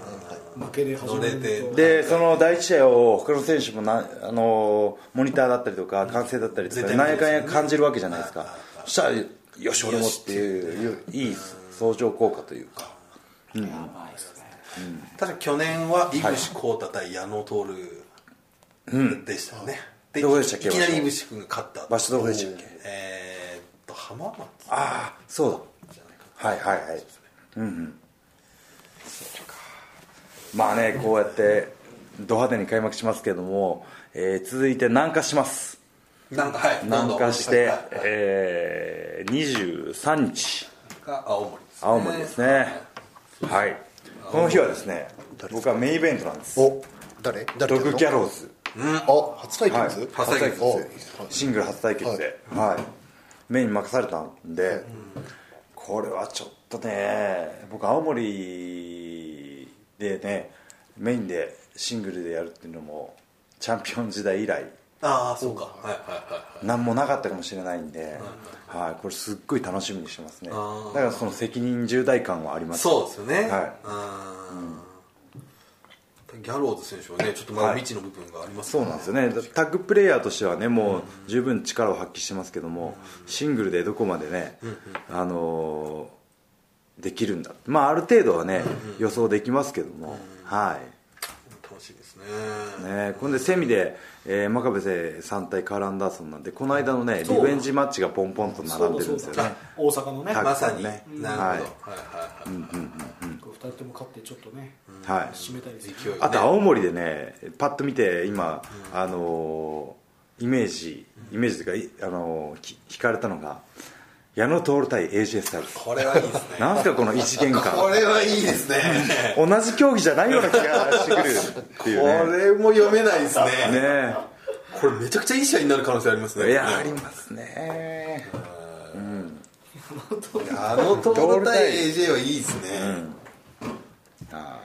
Speaker 2: 負けで始めると
Speaker 1: でその第一試合を他の選手もなあのモニターだったりとか歓声だったりとか何やかんや感じるわけじゃないですか。そしたらよし俺もっていういい相乗効果というか、うん、やばいですね、
Speaker 3: うん、確か去年は井口浩太対矢野徹でしたよね、
Speaker 1: うん、どこでしたっけ。
Speaker 3: いきなり井口君が勝った
Speaker 1: 場所どこでしたっけ。
Speaker 3: えー、っと浜松。
Speaker 1: ああそうだはいはいはい、うんうん、そうか。まあねこうやってド派手に開幕しますけども、えー、続いて南下します。
Speaker 3: 南下、はい、
Speaker 1: 南下して、えー、にじゅうさんにち
Speaker 3: が青森ですね。
Speaker 1: 青森ですね、はい、この日はですね僕はメインイベントなんです。
Speaker 4: お誰誰
Speaker 1: ドッグギャローズ、
Speaker 4: うん、あ初対決、
Speaker 1: はい、初対決シングル初対決で、はいはい、メイン任されたんで、うん、これはちょっとね僕青森でねメインでシングルでやるっていうのもチャンピオン時代以来
Speaker 3: ああそうか、はいはいはいはい、
Speaker 1: 何もなかったかもしれないんで、はいはいはい、これすっごい楽しみにしてますね。だからその責任重大感はあります。
Speaker 3: そうですよね、
Speaker 1: はい、
Speaker 3: うん、ギャローズ選手はねちょっとまだ未知の部分がありますね、
Speaker 1: はい、そうなんですよね。タッグプレーヤーとしてはねもう十分力を発揮してますけども、うん、シングルでどこまでね、うんうん、あのー、できるんだ、まあある程度はね、うんうん、予想できますけども、うん、はい
Speaker 3: 楽しいです
Speaker 1: ね。ねこれでセミで、えー、真壁瀬さん対カール・アンダーソンなんでこの間のねリベンジマッチがポンポンと並んでるんですよね。
Speaker 2: 大阪のね
Speaker 3: まさにね、
Speaker 2: うん、
Speaker 3: なるほど、はいはいはい、
Speaker 2: うんうんうん、ふたりとも勝ってちょっとね、
Speaker 1: うん、はい、
Speaker 2: 締めたいです、
Speaker 3: ね、
Speaker 1: あと青森でねパッと見て今、うん、あのー、イメージイメージというか、あのー、引かれたのが矢野徹対 エージェー スタイルズ。
Speaker 3: これはいいですね。
Speaker 1: なんすかこの一元感。
Speaker 3: これはいいですね。
Speaker 1: 同じ競技じゃないような気がしてくるっていうね。
Speaker 3: これも読めないですね。
Speaker 1: ね
Speaker 3: これめちゃくちゃいい試合になる可能性ありますね。
Speaker 1: いやありますね。うん。
Speaker 3: あのトール対 エージェー はいいですね。うん、
Speaker 1: はい。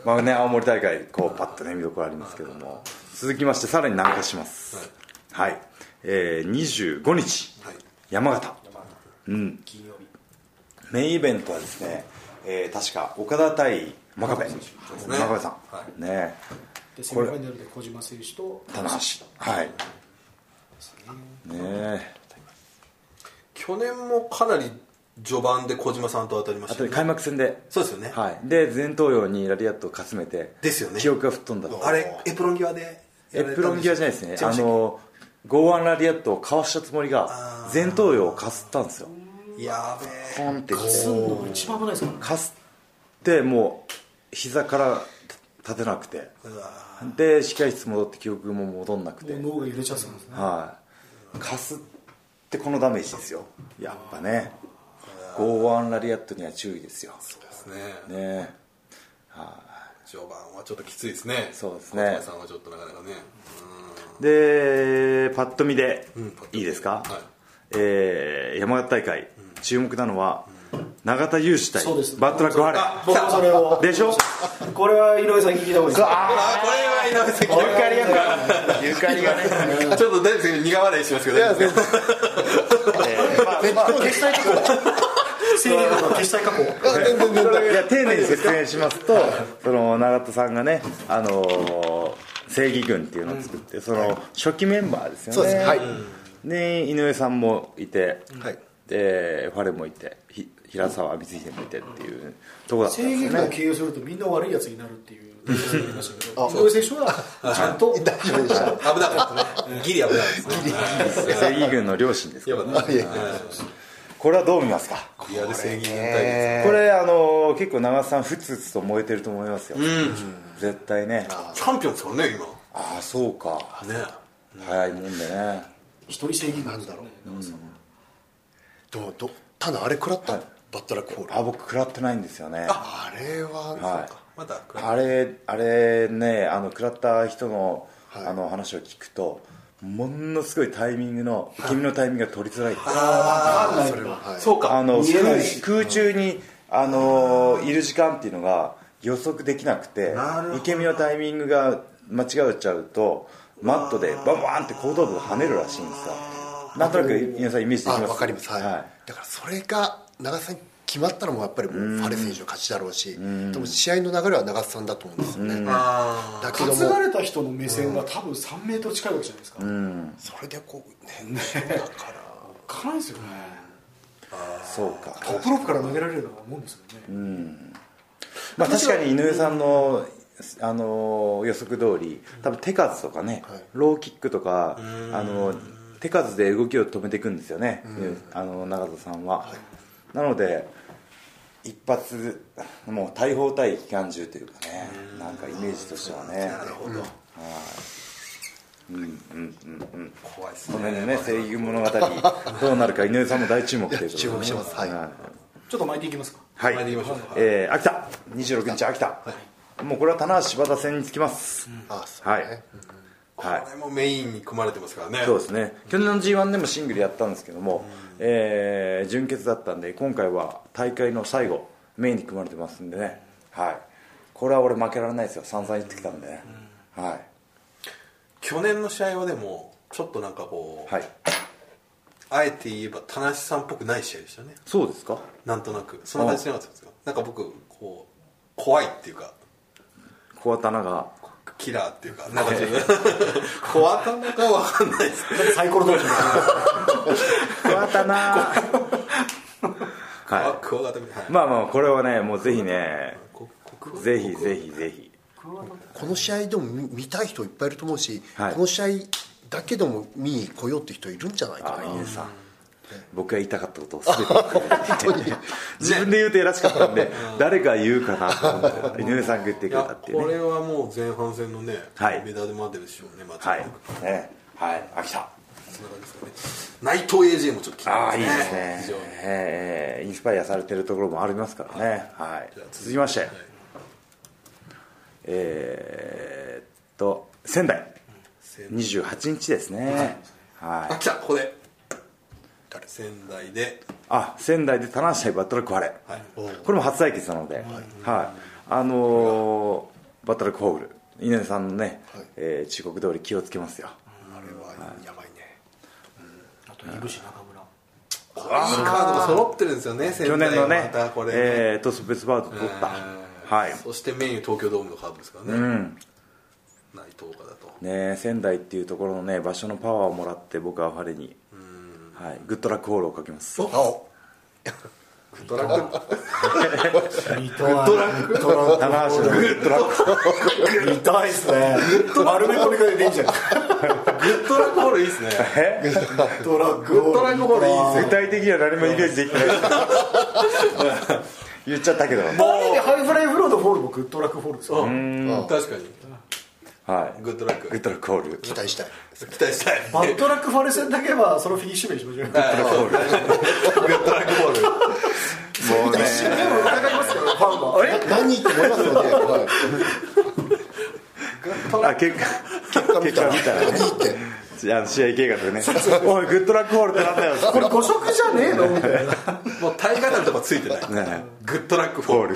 Speaker 1: まあね青森大会こうパッとね見どころありますけども、続きましてさらに南下します。はい。はい、えー、にじゅうごにち、はい、山形。うん、金曜日メインイベントはですね、えー、確か岡田対真壁、ね、真壁さん、はい、ね
Speaker 2: でセミファイナルで小島選手と
Speaker 1: 棚橋、はいねね
Speaker 3: 去年もかなり序盤で小島さんと当たりました、ね、
Speaker 1: 開幕戦で
Speaker 3: そうですよね、
Speaker 1: はい、で前頭葉にラリアットをかすめて
Speaker 3: ですよね
Speaker 1: 記憶が吹っ飛んだ
Speaker 3: あれエプロン際で
Speaker 1: エプロン際じゃないですねあの剛腕ラリアットをかわしたつもりが前頭葉をかすったんですよ。
Speaker 3: やべ
Speaker 1: えポンって
Speaker 2: かすんのが一番危ないですからね。
Speaker 1: かすってもう膝から立てなくてで控室戻って記憶も戻んなくて
Speaker 2: もう脳が揺れちゃったんですね。
Speaker 1: はいかすってこのダメージですよやっぱね。剛腕ラリアットには注意ですよ。
Speaker 3: そうですね
Speaker 1: ねは
Speaker 3: 序盤はちょっときついですね。
Speaker 1: そうですね。
Speaker 3: 小島さんはちょっとなかなかね
Speaker 1: でパッと見で、うん、いいですか、
Speaker 3: はい
Speaker 1: えー、山形大会、うん、注目なのは、うん、永田裕志対バットラックハレ
Speaker 2: 僕もそれを
Speaker 1: でしょ
Speaker 2: これは井上さんに聞いた方がいいです。
Speaker 3: あこれは井上さん聞いた方がいい。
Speaker 1: ゆかりがね
Speaker 3: ちょっと大丈夫です苦笑いしますけど大丈夫ですか。
Speaker 2: 消したい過去整理過去消したい過去
Speaker 1: いや丁寧に説明しますとその永田さんがねあのー正義軍っていうのを作って、うん、その初期メンバーですよね。そうです、はい、で井上さんもいて、はい、でファレもいて平沢光秀もいてっていうところだったんですよね。
Speaker 2: 正義軍を経由するとみんな悪いやつになるっていうニュースがありましたけど井上選手はちゃんと
Speaker 4: 大丈夫でした
Speaker 3: 危なかったねギリ危ないですね。
Speaker 1: 正義軍の両親ですからね。これはどう見ますか。
Speaker 3: リアル正義軍対決
Speaker 1: これあの結構長瀬さんふつふつと燃えてると思いますよ、うん、絶対ね
Speaker 3: チャンピオンですからね今。
Speaker 1: ああそうか
Speaker 3: ね
Speaker 1: 早いもんでね
Speaker 2: 一人正義なんだろう、
Speaker 4: うん、どうどただあれ食らった、はい、バットラックホール。
Speaker 1: あ僕食らってないんですよね。
Speaker 4: あれは、
Speaker 1: はい、
Speaker 3: まだ
Speaker 1: あれあれねあの食らった人の、はい、あの話を聞くとものすごいタイミングの受け身のタイミングが取りづらいって。
Speaker 3: ああそれは、はい、そうか
Speaker 1: あの空中にあのいる時間っていうのが予測できなくて受け身のタイミングが間違えちゃうとマットでバンバンって後頭部が跳ねるらしいんですよ。なんとなく皆さんイメージできます。
Speaker 4: わかります、はい、はい、だからそれが長瀬さん決まったらもうやっぱりもうファレ選手の勝ちだろうし、でも試合の流れは長津さんだと思うんですよね。だけども
Speaker 2: 担がれた人の目線が多分さんメートル近いわけじゃないですか。
Speaker 4: それでこうねだから
Speaker 2: かないですよね。
Speaker 1: そうか、
Speaker 2: トップロープから投げられるようなもんですよね。うん、
Speaker 1: まあ、確かに井上さんの、あの予測通り多分手数とかね、はい、ローキックとかあの手数で動きを止めていくんですよね、あの永田さんは、はい、なので一発もう大砲対機関銃というかね、なんかイメージとしてはね。なるほど、はい、うんうんうんうん、怖いですね。この辺でね、声優物語どうなるか井上さんも大注目ということで、
Speaker 4: 注目してます、はい、
Speaker 2: ちょっと巻いていきますか。
Speaker 1: はい、
Speaker 3: 巻いていきましょう。
Speaker 1: えー、秋田にじゅうろくにち秋田、はい、もうこれは棚橋柴田戦につきます、うん、
Speaker 4: あそうね、
Speaker 1: はい、
Speaker 3: これもメインに組まれてますからね。
Speaker 1: そうですね、去年の ジーワン でもシングルやったんですけども、うん、えー、準決だったんで今回は大会の最後メインに組まれてますんでね、はい、これは俺負けられないですよ、散々言ってきたんでね、うん、はい。
Speaker 3: 去年の試合はでもちょっとなんかこう、
Speaker 1: はい、
Speaker 3: あえて言えば田無さんっぽくない試合でしたね。
Speaker 1: そうですか。
Speaker 3: なんとなくそんな感じしなかったですか。なんか僕こう怖いっていうか、
Speaker 1: 小刀が
Speaker 3: キラーっていうか、なんかちょっと小刀かわかんないですけど、
Speaker 2: サイコロ同士の
Speaker 1: 小刀はい
Speaker 3: クワガタみたいな、
Speaker 1: まあまあこれはねもうぜひねぜひぜひぜひ
Speaker 4: この試合でも見たい人いっぱいいると思うし、
Speaker 1: はい、
Speaker 4: この試合だけでも見に来ようって人いるんじゃないかな。
Speaker 1: 井上さん、僕が言いたかったことを全て自分で言うと偉しかったんで誰が言うかなと思って井上さんが言ってくれたっていうね。
Speaker 3: これはもう前半戦のね、
Speaker 1: はい、
Speaker 3: メダルもあってるでしょうね。
Speaker 1: はいね、はい、秋田
Speaker 3: そんな感じですかね。内藤 エージェー もちょっと気になりますね。
Speaker 1: ああいいですね、非常に、えー、インスパイアされてるところもありますからね、はい、はい、続きまして、はい、えー、っと仙台にじゅうはちにちですね、はい、
Speaker 3: あ来たここで仙台で
Speaker 1: あ仙台で棚橋対バットラックファレ、はい、これも初対決なので、はいはい、あのー、バットラックホール井上さんのね、はい、えー、忠告通り気をつけますよ。
Speaker 4: あれはやばいね、
Speaker 2: うん、あと井口中村
Speaker 3: これいいカードが揃ってるんですよね。
Speaker 1: 去年のね、
Speaker 3: まこれね、
Speaker 1: えー、トス別バード取った、はい、
Speaker 3: そしてメイン東京ドームのカードですからね、うん、内藤岡だと
Speaker 1: ね、仙台っていうところのね場所のパワーをもらって僕はファレに、うん、はい、グッドラックホールをかけます。
Speaker 3: おおグッドラックグ
Speaker 2: ッドラック
Speaker 1: 棚橋のグッドラック
Speaker 2: 痛いっすね。丸め込みからでいいんじゃない。
Speaker 3: グッドラックホールいいっすね。
Speaker 1: え
Speaker 2: グッドラック
Speaker 3: グッドラックホールいいっすね。
Speaker 1: 具体的には何もイメージできない言っちゃったけど、
Speaker 2: もうハイフライフロードフォールもグッドラックフォールですよ。
Speaker 3: うん、確かに、
Speaker 1: はい、
Speaker 3: グッドラック
Speaker 1: グッドラックホール
Speaker 4: 期待したい
Speaker 3: 期待したい。
Speaker 2: バッドラックファレ戦だけはそのフィニッシュ名にしましょう。グッドラックホール
Speaker 3: グッドラックホール
Speaker 1: もうね
Speaker 2: 疑いますよファンは。
Speaker 4: え何って思いますよね、はい、
Speaker 1: あ結果結果見たらねあの試合計画でねおいグッドラックホールってなんだよ
Speaker 2: これ誤色じゃねえのみたいな。
Speaker 3: もう大河なんとかついてない、ね、グッドラックホール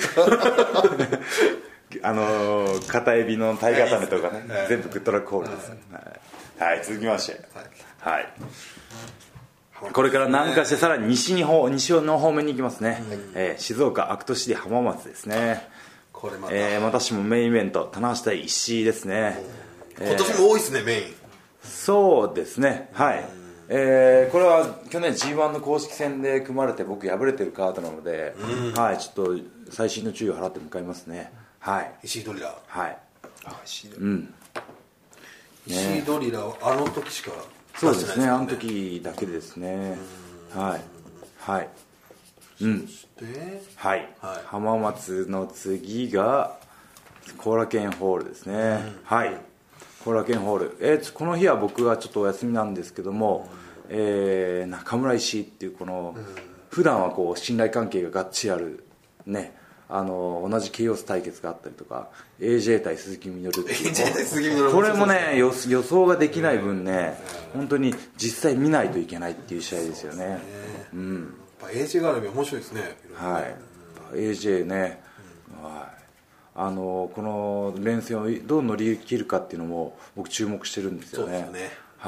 Speaker 1: あのー、片エビの体固めとかね、はい、全部グッドラックホールです、はいはい、続きまして、はいはい、これから南下してさらに西に方西の方面に行きますね、はい、えー、静岡アクトシティ浜松ですね。
Speaker 3: これまた、
Speaker 1: えー、私もメインイベント棚橋対石井ですね。
Speaker 3: 今年も多いですね、えー、メイン。
Speaker 1: そうですね、はい、えー、これは去年 ジーワン の公式戦で組まれて僕敗れてるカードなので、はい、ちょっと細心の注意を払って向かいますね。はい、
Speaker 3: 石井ドリラー、
Speaker 1: はい、
Speaker 4: あ石井ド
Speaker 1: リラー、うん、
Speaker 3: 石井ドリラーはあの時しか
Speaker 1: そうですね、あの時だけですね。はいはい、うん、
Speaker 3: そして
Speaker 1: はい、はい、浜松の次が後楽園ホールですね、うん、はい後楽園ホール、えー、この日は僕はちょっとお休みなんですけども、うん、えー、中村石井っていうこの、うん、普段はこう信頼関係ががっちりあるね、あの同じケイオス対決があったりとか エージェー 対鈴木みのるっていうこれもね予想ができない分ね、本当に実際見ないといけないっていう試合ですよね。うん、
Speaker 3: やっぱ エージェー 絡み面白いですね。
Speaker 1: はい、エージェー ね、うん、はい、あのこの連戦をどう乗り切るかっていうのも僕注目してるんですよね。
Speaker 3: そうですね、
Speaker 1: はい、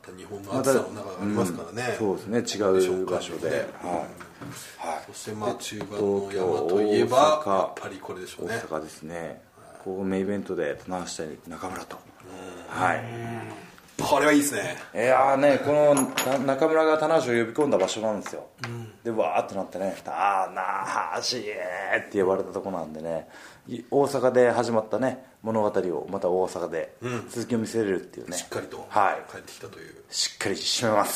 Speaker 3: た日本の暑さの中がありますからね、
Speaker 1: うん、そうですね、違う場所で、ね、はい、はい、
Speaker 3: そしてまあ中盤の山といえばやっぱりこれでしょうね、
Speaker 1: 大阪ですね、こうメインイベントで棚橋対中村と、はい、
Speaker 3: これはいいですね。
Speaker 1: いやーね、この中村が棚橋を呼び込んだ場所なんですよ、うん、でわーってなってね、あー棚橋って呼ばれたとこなんでね、大阪で始まったね物語をまた大阪で続きを見せれるっていうね、
Speaker 3: しっかりと帰ってきたという、
Speaker 1: はい、しっかり締めます、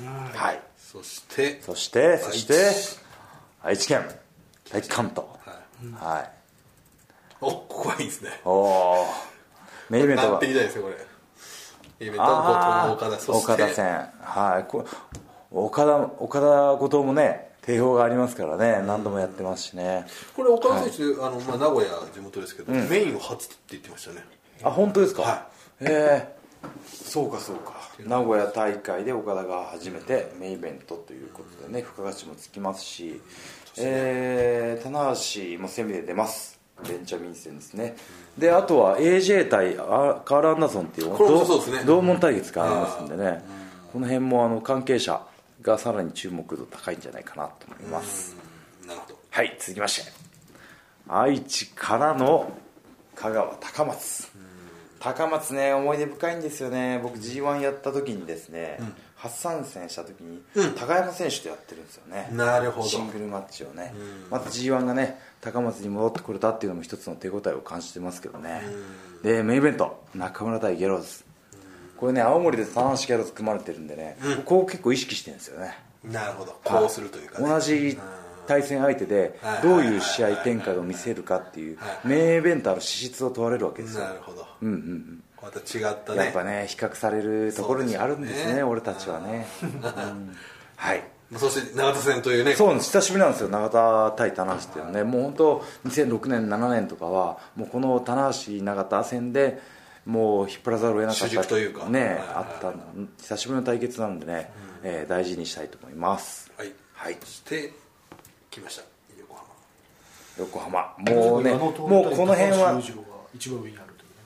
Speaker 1: はい、
Speaker 3: そして
Speaker 1: そしてそして愛知県大関と、はい、はい、
Speaker 3: お、ここはいいですね、
Speaker 1: おメインイベントが
Speaker 3: なってきたいですよこれ、メインイベントは岡田、そして
Speaker 1: 岡田戦、はい、こ岡田岡田後藤もね定評がありますからね、うん、何度もやってますしね。
Speaker 3: これ岡田選手、はい、あのまあ、名古屋地元ですけど、うん、メインを初って言ってましたね。
Speaker 1: あ、本当ですか。
Speaker 3: はい、
Speaker 1: えー、そうかそうか。名古屋大会で岡田が初めてメインイベントということでね、付加価値もつきますし、うん、えー、棚橋もセミで出ます。ベンチャミン戦ですね、うん、であとは エージェー 対カール・アンダーソンっていう同門対決がありますんでね、うん、この辺もあの関係者がさらに注目度高いんじゃないかなと思います。
Speaker 3: なるほど。
Speaker 1: はい、続きまして愛知からの香川高松、高松ね思い出深いんですよね。僕 ジーワン やった時にですね、うん、初参戦した時に、うん、高山選手とやってるんですよね。
Speaker 3: なるほど。
Speaker 1: シングルマッチをね、うん、また ジーワン がね高松に戻ってこれたっていうのも一つの手応えを感じてますけどね、うん、でメインイベント中村対ゲローズ、これね青森で棚橋ギャローズ組まれてるんでね、うん、ここを結構意識してるんですよね。
Speaker 3: なるほど、こうするというか、ね、
Speaker 1: 同じ対戦相手でどういう試合展開を見せるかっていうメインイベントの資質を問われるわけですよ。
Speaker 3: なるほど、
Speaker 1: うんうんうん、
Speaker 3: また違ったね、
Speaker 1: やっぱね比較されるところにあるんですね、ね俺たちはね、うん、はい。
Speaker 3: そして永田戦というね、
Speaker 1: そう久しぶりなんですよ、永田対棚橋っていうのはね、もう本当にせんろくねんななねんとかはもうこの棚橋永田戦でもう引っ張らざるを得なかった
Speaker 3: 主軸というか
Speaker 1: ね、はいはいはい、あった久しぶりの対決なのでね、うん、えー、大事にしたいと思います。
Speaker 3: はい、はい、そして来ました横浜。
Speaker 1: 横浜もうねもうこの辺は
Speaker 2: 一番上にある。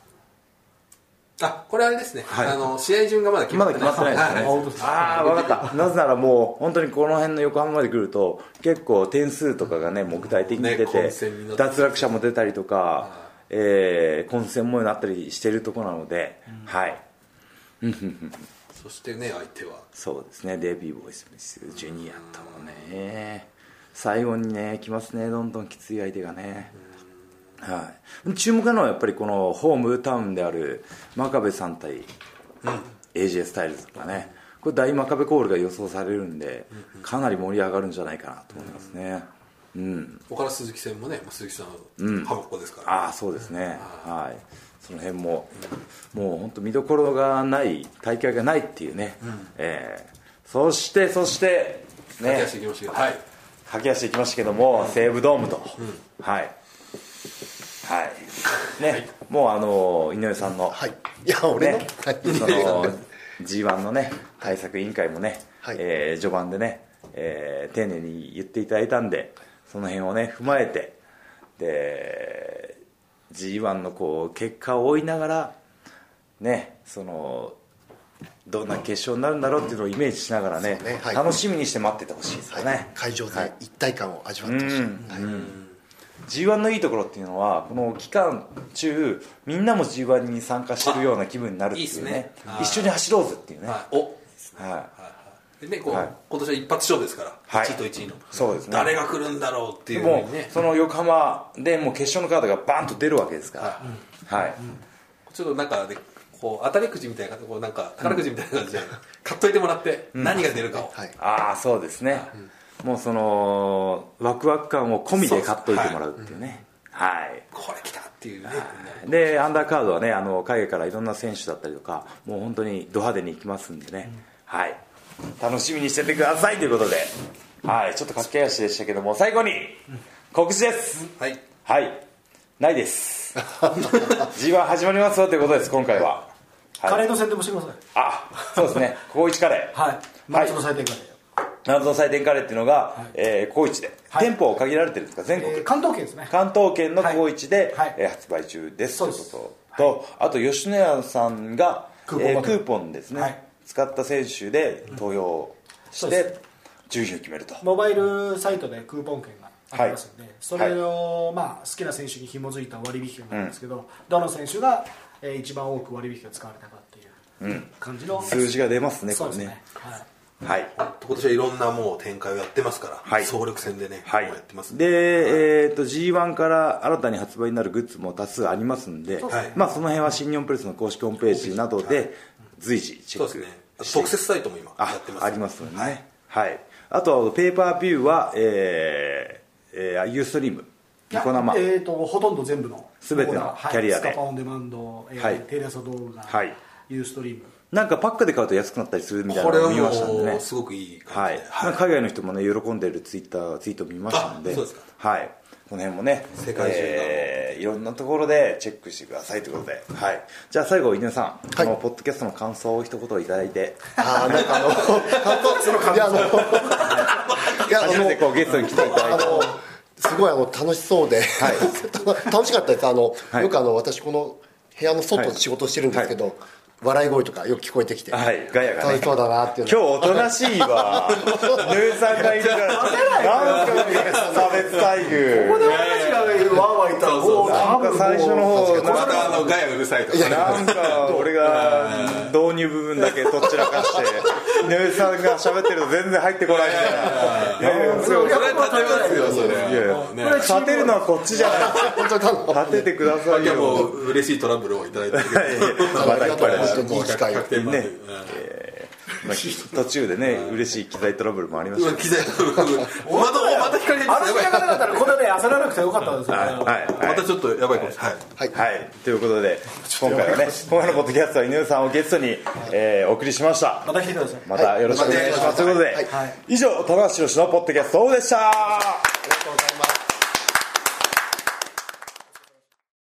Speaker 3: あ、これあれですね、はい、あの試合順がまだ決まってない、
Speaker 1: まだ決まってないですね。ああ分かった。なぜならもう本当にこの辺の横浜まで来ると結構点数とかがねもう具体的に出て、ね、脱落者も出たりとか、えー、混戦模様になったりしているところなので、うん、はい
Speaker 3: そしてね相手は
Speaker 1: そうですねデビー・ボイスミスジュニアとね最後にね来ますね、どんどんきつい相手がね、はい、注目なのはやっぱりこのホームタウンである真壁さん対、うん、エージェー スタイルズとかね、これ大真壁コールが予想されるんで、うん、かなり盛り上がるんじゃないかなと思いますね、うんうん、
Speaker 3: 岡田鈴木戦もね鈴木さん、うん、ハマっ子ですから、ね、
Speaker 1: ああそうですね、うん、はい、その辺も、うん、もう本当見どころがない大会がないっていうね、うん、えー、そしてそして
Speaker 3: ね駆け足していきましたけど、はい、
Speaker 1: 駆け足していきましたけども、うん、西武ドームと、うん、はいはいね、はい、もうあの井上さんの、
Speaker 4: はい、いや俺の、ね、はい、
Speaker 1: その ジーワン のね対策委員会もね、はい、えー、序盤でね、えー、丁寧に言っていただいたんで、その辺をね踏まえてで ジーワン のこう結果を追いながらね、そのどんな決勝になるんだろうっていうのをイメージしながら ね, ね、はい、楽しみにして待っててほしいですよね、はい、
Speaker 4: 会場で一体感を味わってほしい、はい、うんうん、
Speaker 1: ジーワン のいいところっていうのはこの期間中みんなも ジーワン に参加してるような気分になるっていうね、いいね、一緒に走ろうぜっていうね、
Speaker 3: はい、お、はい、でねこう、はい、今年は一発勝負ですから、はい、いちいといちいの、そうですね、誰が来るんだろうっていう風にね、
Speaker 1: もうその横浜でもう決勝のカードがバーンと出るわけですから、はい、はい、うん、
Speaker 3: ちょっとなんかでこう当たりくじみたいなこうなんか宝くじみたいな感じで、うん、買っといてもらって何が出るかを、
Speaker 1: うん、はい、ああそうですね、うん、もうそのワクワク感を込みで買っといてもらうっていうね、はい、はい、
Speaker 3: これ来たっていうね、
Speaker 1: でアンダーカードはねあの海外からいろんな選手だったりとかもう本当にド派手に行きますんでね、うん、はい、楽しみにしててくださいということで、はい、ちょっと駆け足でしたけども最後に告知です、
Speaker 3: はい、
Speaker 1: はい、ないですジーワン 始まりますよということです今回は、
Speaker 2: はい、カレーの宣伝もしてください。
Speaker 1: あ、そうですねココイチカレー、
Speaker 2: はい、夏の祭典カレー、
Speaker 1: 夏の祭典カレーっていうのが、はい、えー、ココイチで、はい、店舗限られてるんですか全国、えー、
Speaker 2: 関東圏ですね、
Speaker 1: 関東圏のココイチで、はい、えー、発売中ですということと、はい、あと吉野家さんがクーポン、えー、クーポンですね、はい、 使った選手で投票して順位を決めると。
Speaker 2: モバイルサイトでクーポン券がありますので、はい、それを、まあ、好きな選手に紐づいた割引券なんですけど、うん、どの選手が、えー、一番多く割引が使われたかっていう感じの、うん、
Speaker 1: 数字が出ますね、これね。
Speaker 2: そうですね、はい
Speaker 3: はい、今年はいろんなもう展開をやってますから、はい、総力戦でね、
Speaker 1: はい、
Speaker 3: もうやってます、
Speaker 1: で、えー、と ジーワン から新たに発売になるグッズも多数ありますんで、はい、まあ、その辺は新日本プロレスの公式ホームページなどで随時チェックして、
Speaker 3: そうですね、特設サイトも今やってます、
Speaker 1: あ、ありますよね、はいはい、あとペーパービューは、えーえー、ユーストリームニコ生、
Speaker 2: えー、とほとんど全部の
Speaker 1: 全てのキャリアで、
Speaker 2: はい、スカパオンデマンド、えーはい、テレ朝動画、
Speaker 1: はい、
Speaker 2: ユーストリーム、
Speaker 1: なんかパックで買うと安くなったりするみたいなのを見ましたんでね、
Speaker 3: すごくいい
Speaker 1: 感じで、はい、海外の人もね喜んでるツイッターツイート見ましたんで、
Speaker 3: そうですか、
Speaker 1: はい、この辺もね
Speaker 3: 世界中の、
Speaker 1: えー、いろんなところでチェックしてくださいということで、はい、じゃあ最後井上さん、はい、このポッドキャストの感想を一言いただいて。
Speaker 4: ああ、なんかあの感想その感想、いやあの、
Speaker 1: はい、初めてこうゲストに来ていただいて、
Speaker 4: すごいあの楽しそうで、はい、楽しかったです。あの、はい、よくあの私この部屋の外で仕事してるんですけど、はいはい、笑い声とかよく聞こえてきて、
Speaker 1: はい、ガヤがね、
Speaker 4: 楽しそうだなっていう。
Speaker 1: 今日おとなしいわ。ヌーさんがいるからなんか差別待遇。
Speaker 2: ここで私がワーワー言ったらもう
Speaker 1: なんか最初の方
Speaker 3: またあのガヤうるさいとか、
Speaker 1: なんか俺が導入部分だけとっちらかしてヌーさんが喋ってると全然入ってこないみたいな。
Speaker 3: それは立てますよ、それ。
Speaker 1: いやいや、立てるのはこっちじゃない。立ててくださいよ。
Speaker 3: もう嬉しいトラブルをいただいて、
Speaker 1: またいっぱい
Speaker 4: 本当にいい機会を
Speaker 1: ね、えーまあ、途中でね嬉しい機材トラブルもありましたね。
Speaker 3: 機材トラブルまたまた光
Speaker 2: あの時間だったらこんなね焦らなくてよかったんですよね。
Speaker 1: はいはい、
Speaker 3: またちょっとやばいかもしれない。
Speaker 1: はい、はいはい、ということで今回はね今回のポッドキャストは井上さんをゲストに、えー、お送りしました。
Speaker 2: また来てください。
Speaker 1: またよろしくお願いします、はい、ということで、はい、以上棚橋宏のポッドキャストオフでした。ありがとうございます。